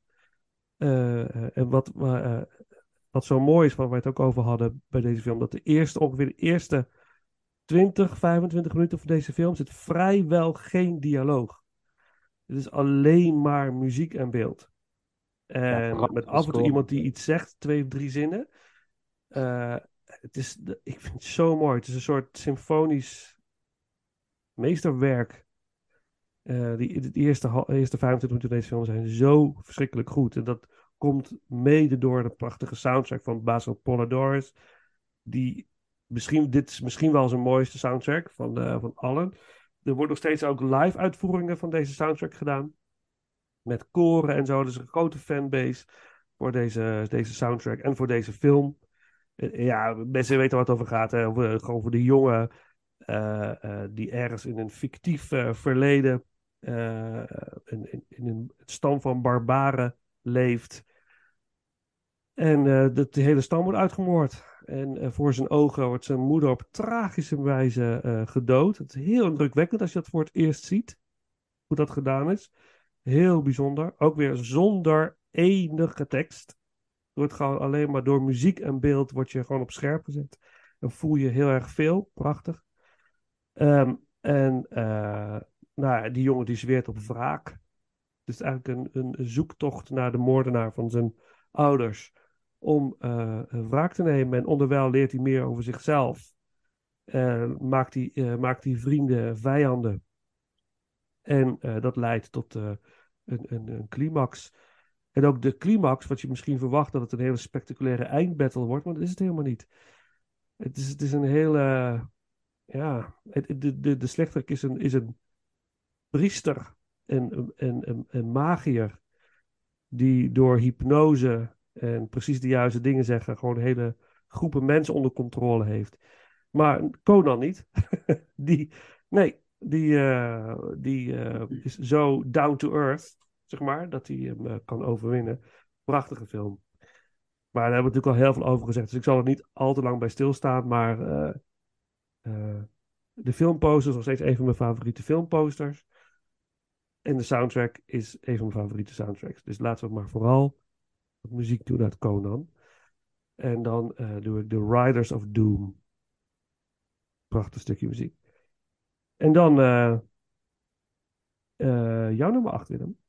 Uh, en wat, uh, wat zo mooi is, waar we het ook over hadden bij deze film, dat de eerste, ongeveer de eerste twintig, vijfentwintig minuten van deze film zit vrijwel geen dialoog. Het is alleen maar muziek en beeld. En Ja, met af en toe iemand die iets zegt, twee of drie zinnen. Uh, het is, ik vind het zo mooi. Het is een soort symfonisch meesterwerk. Uh, die, die eerste, eerste vijfentwintig minuten van deze film zijn zo verschrikkelijk goed. En dat komt mede door de prachtige soundtrack van Basil Poledouris. Die misschien, dit is misschien wel zijn mooiste soundtrack van, de, van allen. Er wordt nog steeds ook live uitvoeringen van deze soundtrack gedaan. Met koren en zo. Dus een grote fanbase voor deze, deze soundtrack en voor deze film. Ja, mensen weten wat het over gaat. Hè? Over, gewoon voor de jongen uh, uh, die ergens in een fictief uh, verleden uh, in, in, in een stam van barbaren leeft. En uh, de, de hele stam wordt uitgemoord. En uh, voor zijn ogen wordt zijn moeder op tragische wijze uh, gedood. Het is heel indrukwekkend als je dat voor het eerst ziet. Hoe dat gedaan is. Heel bijzonder. Ook weer zonder enige tekst. Wordt gewoon alleen maar door muziek en beeld word je gewoon op scherp gezet. Dan voel je heel erg veel. Prachtig. Um, en uh, nou, die jongen die zweert op wraak. Het is eigenlijk een, een zoektocht naar de moordenaar van zijn ouders. Om uh, wraak te nemen. En onderwijl leert hij meer over zichzelf. Uh, maakt, hij, uh, maakt hij vrienden, vijanden. En uh, dat leidt tot uh, een, een, een climax. En ook de climax, wat je misschien verwacht dat het een hele spectaculaire eindbattle wordt, maar dat is het helemaal niet. Het is, het is een hele, ja, het, de, de, de slechterik is een, is een priester en een, een, een magier die door hypnose en precies de juiste dingen zeggen, gewoon hele groepen mensen onder controle heeft. Maar Conan niet. die, nee, die, uh, die uh, is zo down to earth, zeg maar, dat hij hem uh, kan overwinnen. Prachtige film. Maar daar hebben we natuurlijk al heel veel over gezegd, dus ik zal er niet al te lang bij stilstaan, maar uh, uh, de filmposter is nog steeds een van mijn favoriete filmposters. En de soundtrack is een van mijn favoriete soundtracks. Dus laten we maar vooral wat muziek doen uit Conan. En dan uh, doe ik The Riders of Doom. Prachtig stukje muziek. En dan uh, uh, jouw nummer acht, Willem.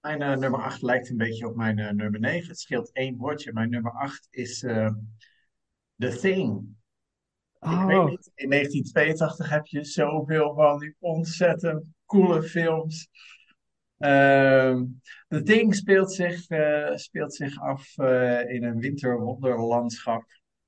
Mijn eh, nummer acht lijkt een beetje op mijn eh, nummer negen. Het scheelt één woordje. Mijn nummer acht is eh, The Thing. Ik weet Oh, niet, in negentien tweeëntachtig heb je zoveel van die ontzettend coole films. Ehm The Thing speelt zich, eh, speelt zich af eh, in een winterwonderlandschap.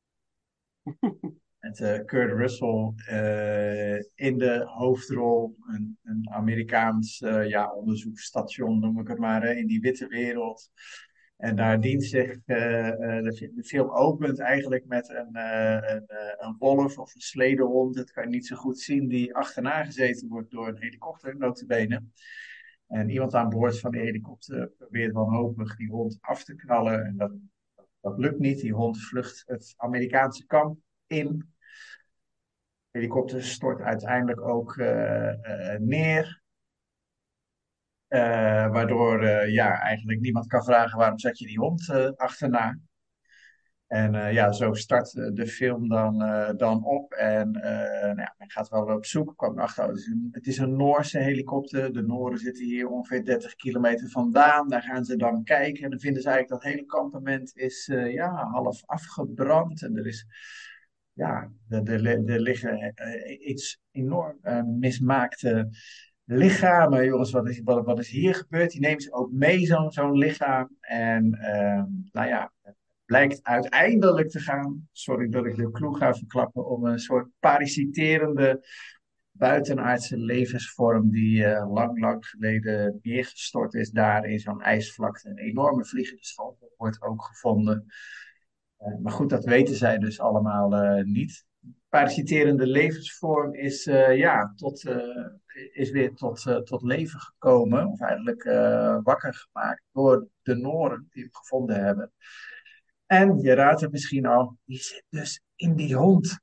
Met eh, Kurt Russell eh, in de hoofdrol. Een, een Amerikaans eh, ja, onderzoeksstation, noem ik het maar, hè, in die witte wereld. En daar dient zich, eh, eh, de, fi- de film opent eigenlijk met een, eh, een, eh, een wolf of een sledehond, dat kan je niet zo goed zien, die achterna gezeten wordt door een helikopter, nota bene. En iemand aan boord van die helikopter probeert wanhopig die hond af te knallen. En dat, dat lukt niet. Die hond vlucht het Amerikaanse kamp in. De helikopter stort uiteindelijk ook eh, eh, neer. Eh, waardoor uh, ja, eigenlijk niemand kan vragen waarom zet je die hond uh, achterna. En uh, ja, zo start uh, de film dan, uh, dan op. En uh, nou ja, men gaat wel op zoek. Kwam achter, het, is een, het is een Noorse helikopter. De Nooren zitten hier ongeveer dertig kilometer vandaan. Daar gaan ze dan kijken. En dan vinden ze eigenlijk dat het hele kampement is uh, ja, half afgebrand. En er is... Ja, er, er, er liggen uh, iets enorm uh, mismaakte lichamen. Jongens, wat is, wat, wat is hier gebeurd? Die nemen ze ook mee, zo'n zo'n lichaam. En uh, nou ja, het blijkt uiteindelijk te gaan, sorry dat ik de clue ga verklappen, om een soort parasiterende buitenaardse levensvorm die uh, lang, lang geleden neergestort is daar in zo'n ijsvlakte. Een enorme vliegende schotel wordt ook gevonden. Uh, maar goed, dat weten zij dus allemaal uh, niet. Parasiterende levensvorm is, uh, ja, tot, uh, is weer tot, uh, tot leven gekomen, of eigenlijk uh, wakker gemaakt door de Noren die het gevonden hebben. En je raadt het misschien al, die zit dus in die hond.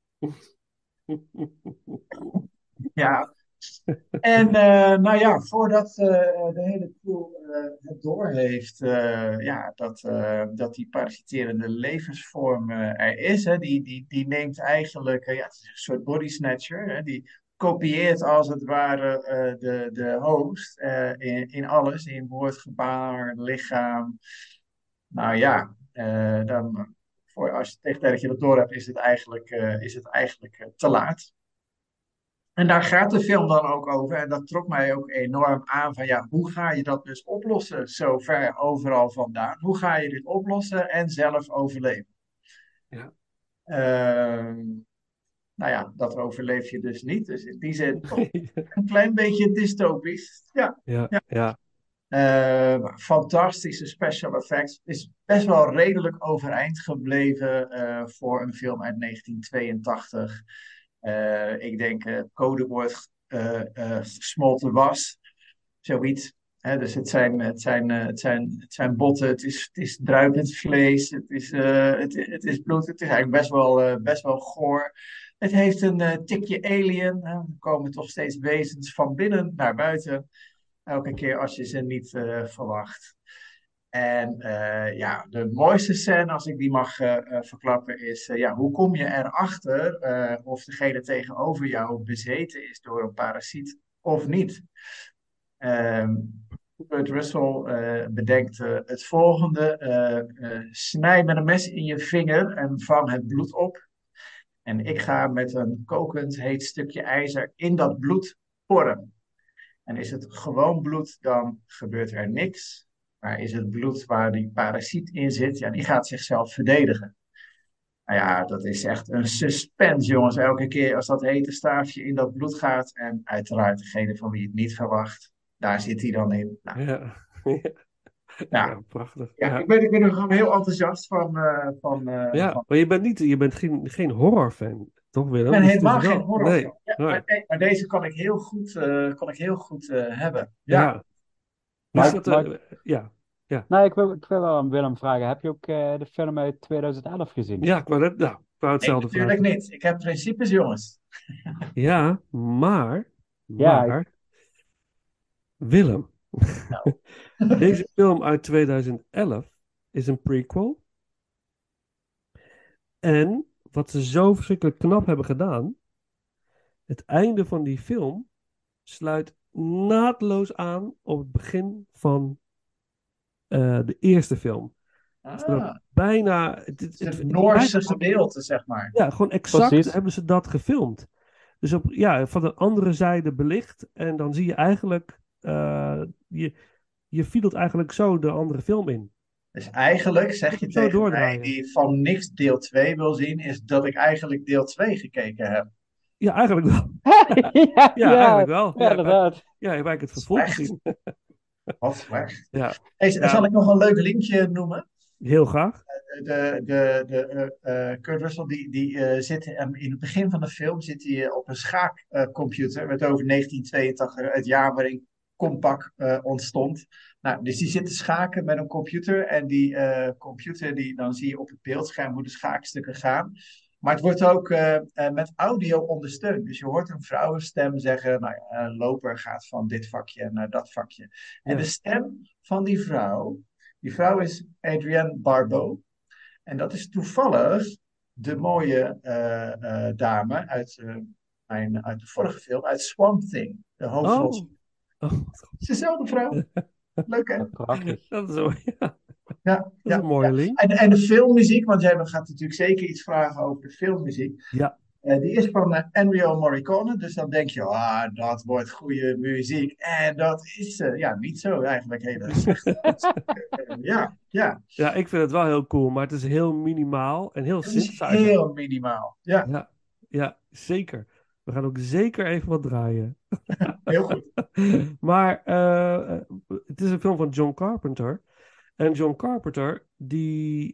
Ja. En uh, nou ja, voordat uh, de hele crew uh, het doorheeft uh, ja, dat, uh, dat die parasiterende levensvorm uh, er is, hè, die, die, die neemt eigenlijk, uh, ja, het is een soort body snatcher, hè, die kopieert als het ware uh, de, de host uh, in, in alles, in woord, gebaar, lichaam. Nou ja, uh, dan, voor, als je tegen de tijd dat je dat door hebt, is het eigenlijk, uh, is het eigenlijk uh, te laat. En daar gaat de film dan ook over. En dat trok mij ook enorm aan van ja, hoe ga je dat dus oplossen zo ver overal vandaan? Hoe ga je dit oplossen en zelf overleven? Ja. Uh, nou ja, dat overleef je dus niet. Dus in die zin toch een klein beetje dystopisch. Ja, ja, ja. ja. Uh, fantastische special effects. Is best wel redelijk overeind gebleven uh, voor een film uit negentien tweeëntachtig. Uh, ik denk uh, codewoord uh, uh, gesmolten was. Zoiets. Hè, dus het zijn, het, zijn, uh, het, zijn, het zijn botten, het is, het is druipend vlees, het is, uh, het, het is bloed, het is eigenlijk best wel, uh, best wel goor. Het heeft een uh, tikje alien. Hè. Er komen toch steeds wezens van binnen naar buiten. Elke keer als je ze niet uh, verwacht. En uh, ja, de mooiste scène, als ik die mag uh, uh, verklappen, is uh, ja, hoe kom je erachter uh, of degene tegenover jou bezeten is door een parasiet of niet? Um, Kurt Russell uh, bedenkt uh, het volgende. Uh, uh, snij met een mes in je vinger en vang het bloed op. En ik ga met een kokend heet stukje ijzer in dat bloed porren. En is het gewoon bloed, dan gebeurt er niks. Maar is het bloed waar die parasiet in zit, ja, die gaat zichzelf verdedigen. Nou ja, dat is echt een suspense, jongens. Elke keer als dat hete staafje in dat bloed gaat. En uiteraard degene van wie het niet verwacht, daar zit hij dan in. Nou, Ja. ja. Ja, prachtig. Ja, Ja. Ik, ben, ik ben er gewoon heel enthousiast van. Uh, van, uh, Ja, van... maar je bent, niet, je bent geen, geen horrorfan, toch Willem? Ik ben Dus helemaal het is wel- geen horror. Nee, Ja, nee. maar, nee, maar deze kan ik heel goed, uh, kan ik heel goed uh, hebben. Ja. Ja. Maar- Dus dat, eh, maar- ja. Nou, ik wil, ik wil wel aan Willem vragen. Heb je ook eh, de film uit tweeduizend elf gezien? Ja, ik wou, net, nou, ik wou Nee, hetzelfde natuurlijk vragen. niet. Ik heb principes, jongens. Ja, maar, Ja, maar, Willem, Nou. deze film uit tweeduizend elf is een prequel. En wat ze zo verschrikkelijk knap hebben gedaan, het einde van die film sluit naadloos aan op het begin van uh, de eerste film. Dus Ah, bijna... Het, het, het, het, het het Noorse lijkt- gedeelte, zeg maar. Ja, gewoon exact Precies. hebben ze dat gefilmd. Dus op, ja, van de andere zijde belicht. En dan zie je eigenlijk... Uh, je, je fiedelt eigenlijk zo de andere film in. Dus eigenlijk zeg je Zo tegen doordraaien. mij die van niks deel twee wil zien, is dat ik eigenlijk deel twee gekeken heb. Ja, eigenlijk wel. ja, Ja, eigenlijk wel. Ja, Ja, inderdaad. Ja, je hebt eigenlijk het vervolg Echt? gezien. Wat slecht. Ja, Hey, Ja. Zal ik nog een leuk linkje noemen? heel graag. De, de, de, uh, uh, Kurt Russell die, die uh, zit um, in het begin van de film zit hij uh, op een schaakcomputer. Uh, met over negentien tweeëntachtig, het jaar waarin Compaq uh, ontstond. Nou, dus die zit te schaken met een computer. En die uh, computer, die, dan zie je op het beeldscherm hoe de schaakstukken gaan. Maar het wordt ook uh, uh, met audio ondersteund. Dus je hoort een vrouwenstem zeggen, nou ja, een loper gaat van dit vakje naar dat vakje. En Ja. de stem van die vrouw, die vrouw is Adrienne Barbeau. En dat is toevallig de mooie uh, uh, dame uit, uh, mijn, uit de vorige film, uit Swamp Thing. De hoofdrol. Oh. Oh, Het is dezelfde vrouw. Leuk hè? Prachtig. dat is, wel, ja, Ja, dat is ja, een mooie ja. link. En, en de filmmuziek, want jij gaat natuurlijk zeker iets vragen over de filmmuziek. Ja. Uh, die is van uh, Ennio Morricone, dus dan denk je, ah, dat wordt goede muziek. En dat is uh, ja, niet zo, eigenlijk hele slechte uh, Ja, ja. Ja, ik vind het wel heel cool, maar het is heel minimaal en heel Het is synthesizer. heel minimaal. Ja, Ja, ja, zeker. We gaan ook zeker even wat draaien. heel goed. Maar uh, het is een film van John Carpenter. En John Carpenter, die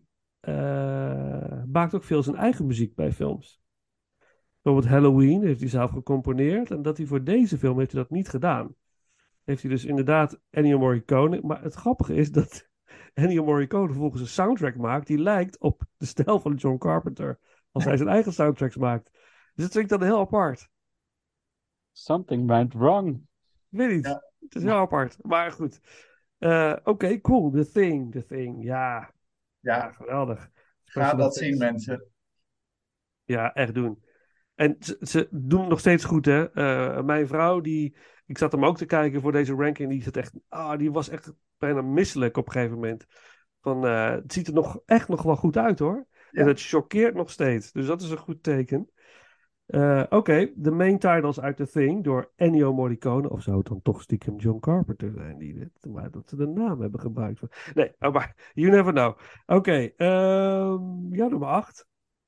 uh, maakt ook veel zijn eigen muziek bij films. Bijvoorbeeld Halloween heeft hij zelf gecomponeerd. En dat hij voor deze film heeft hij dat niet gedaan. Heeft hij dus inderdaad Ennio Morricone. Maar het grappige is dat Ennio Morricone vervolgens een soundtrack maakt die lijkt op de stijl van John Carpenter. Als hij zijn eigen soundtracks maakt. Dus dat vind ik dan heel apart. Something went wrong. Ik weet niet. Ja. Het is heel apart. Maar goed. Uh, Oké, okay, cool. The Thing. The Thing. Ja. Ja, Ja, geweldig. ga dat nog zien, steeds... mensen. Ja, echt doen. En ze, ze doen het nog steeds goed, hè. Uh, mijn vrouw, die... Ik zat hem ook te kijken voor deze ranking. Die, zat echt, ah, die was echt bijna misselijk op een gegeven moment. Van, uh, het ziet er nog, echt nog wel goed uit, hoor. Ja. En het choqueert nog steeds. Dus dat is een goed teken. Uh, Oké, okay. De main titles uit The Thing door Ennio Morricone. Of zou het dan toch stiekem John Carpenter zijn? Die dit, maar dat ze de naam hebben gebruikt. Nee, oh, maar you never know. Oké, okay, uh, ja, nummer acht.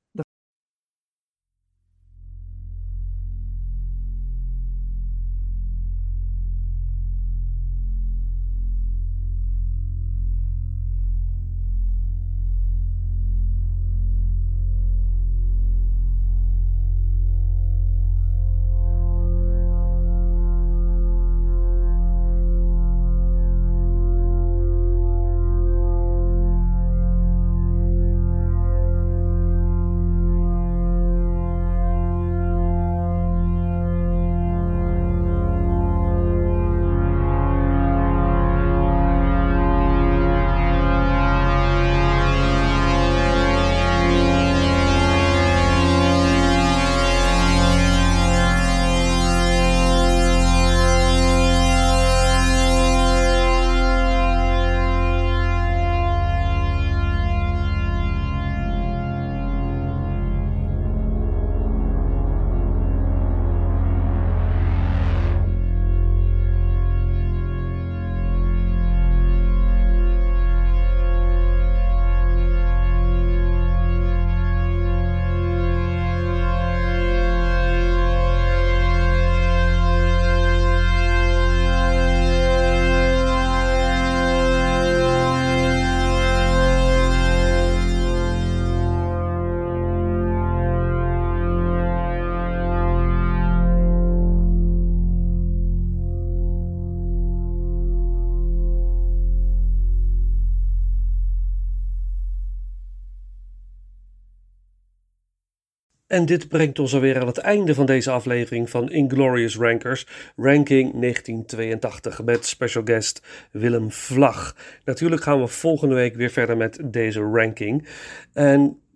En dit brengt ons alweer aan het einde van deze aflevering van Inglorious Rankers, ranking negentien tweeëntachtig met special guest Willem Vlag. Natuurlijk gaan we volgende week weer verder met deze ranking. En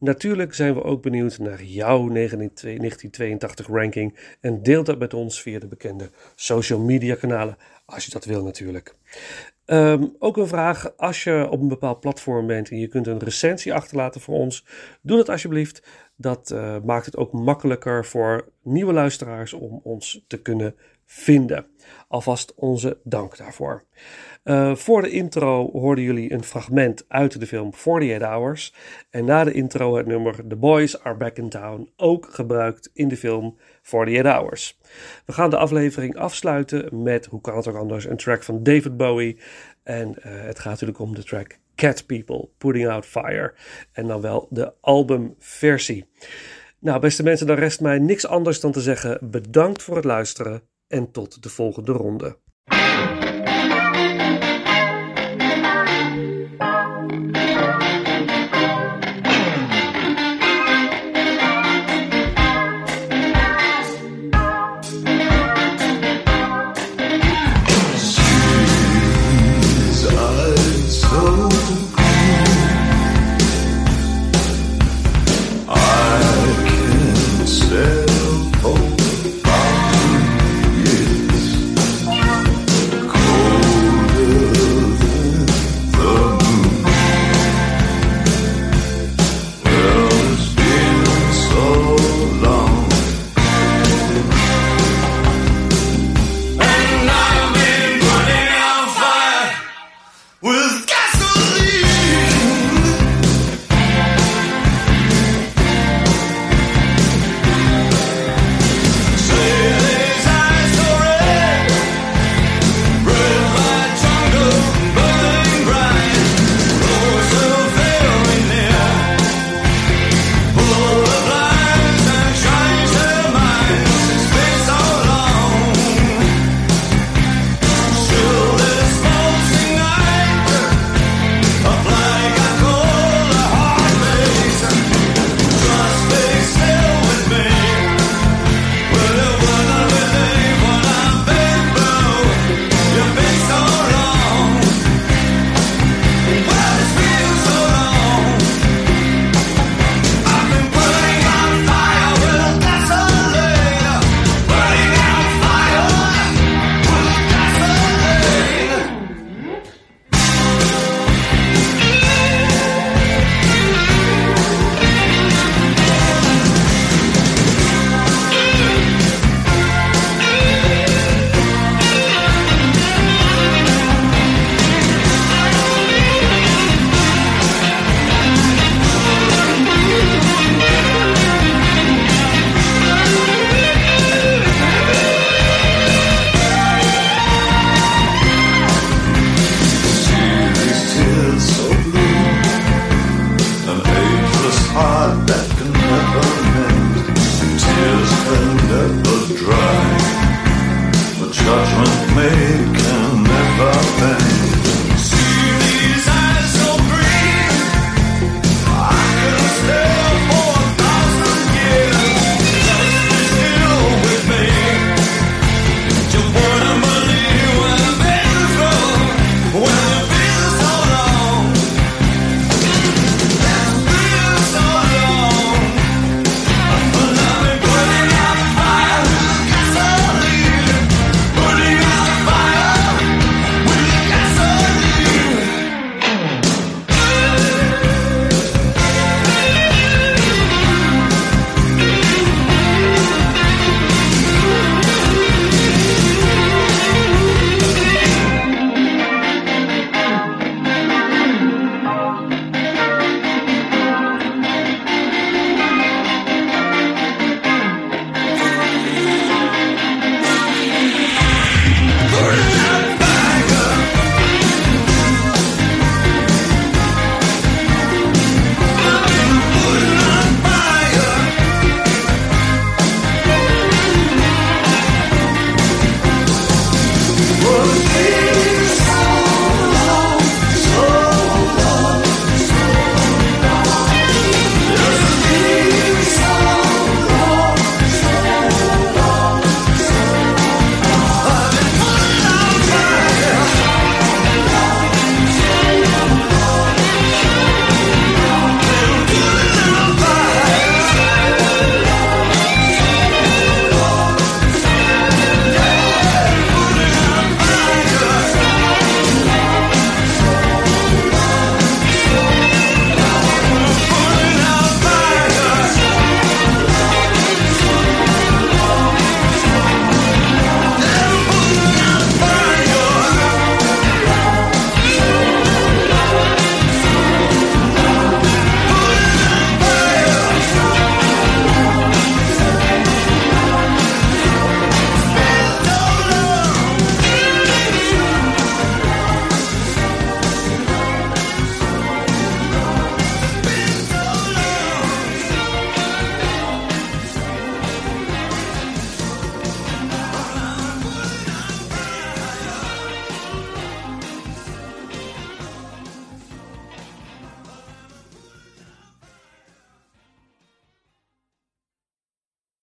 Natuurlijk zijn we ook benieuwd naar jouw negentien tweeëntachtig ranking en deel dat met ons via de bekende social media kanalen, als je dat wil natuurlijk. Um, ook een vraag, als je op een bepaald platform bent en je kunt een recensie achterlaten voor ons, doe dat alsjeblieft. Dat uh, maakt het ook makkelijker voor nieuwe luisteraars om ons te kunnen vinden. Alvast onze dank daarvoor. Uh, voor de intro hoorden jullie een fragment uit de film forty-eight hours. En na de intro het nummer The Boys Are Back in Town, ook gebruikt in de film forty-eight hours. We gaan de aflevering afsluiten met, hoe kan het ook anders, een track van David Bowie. En uh, het gaat natuurlijk om de track Cat People, Putting Out Fire. En dan wel de albumversie. Nou, beste mensen, dan rest mij niks anders dan te zeggen bedankt voor het luisteren en tot de volgende ronde.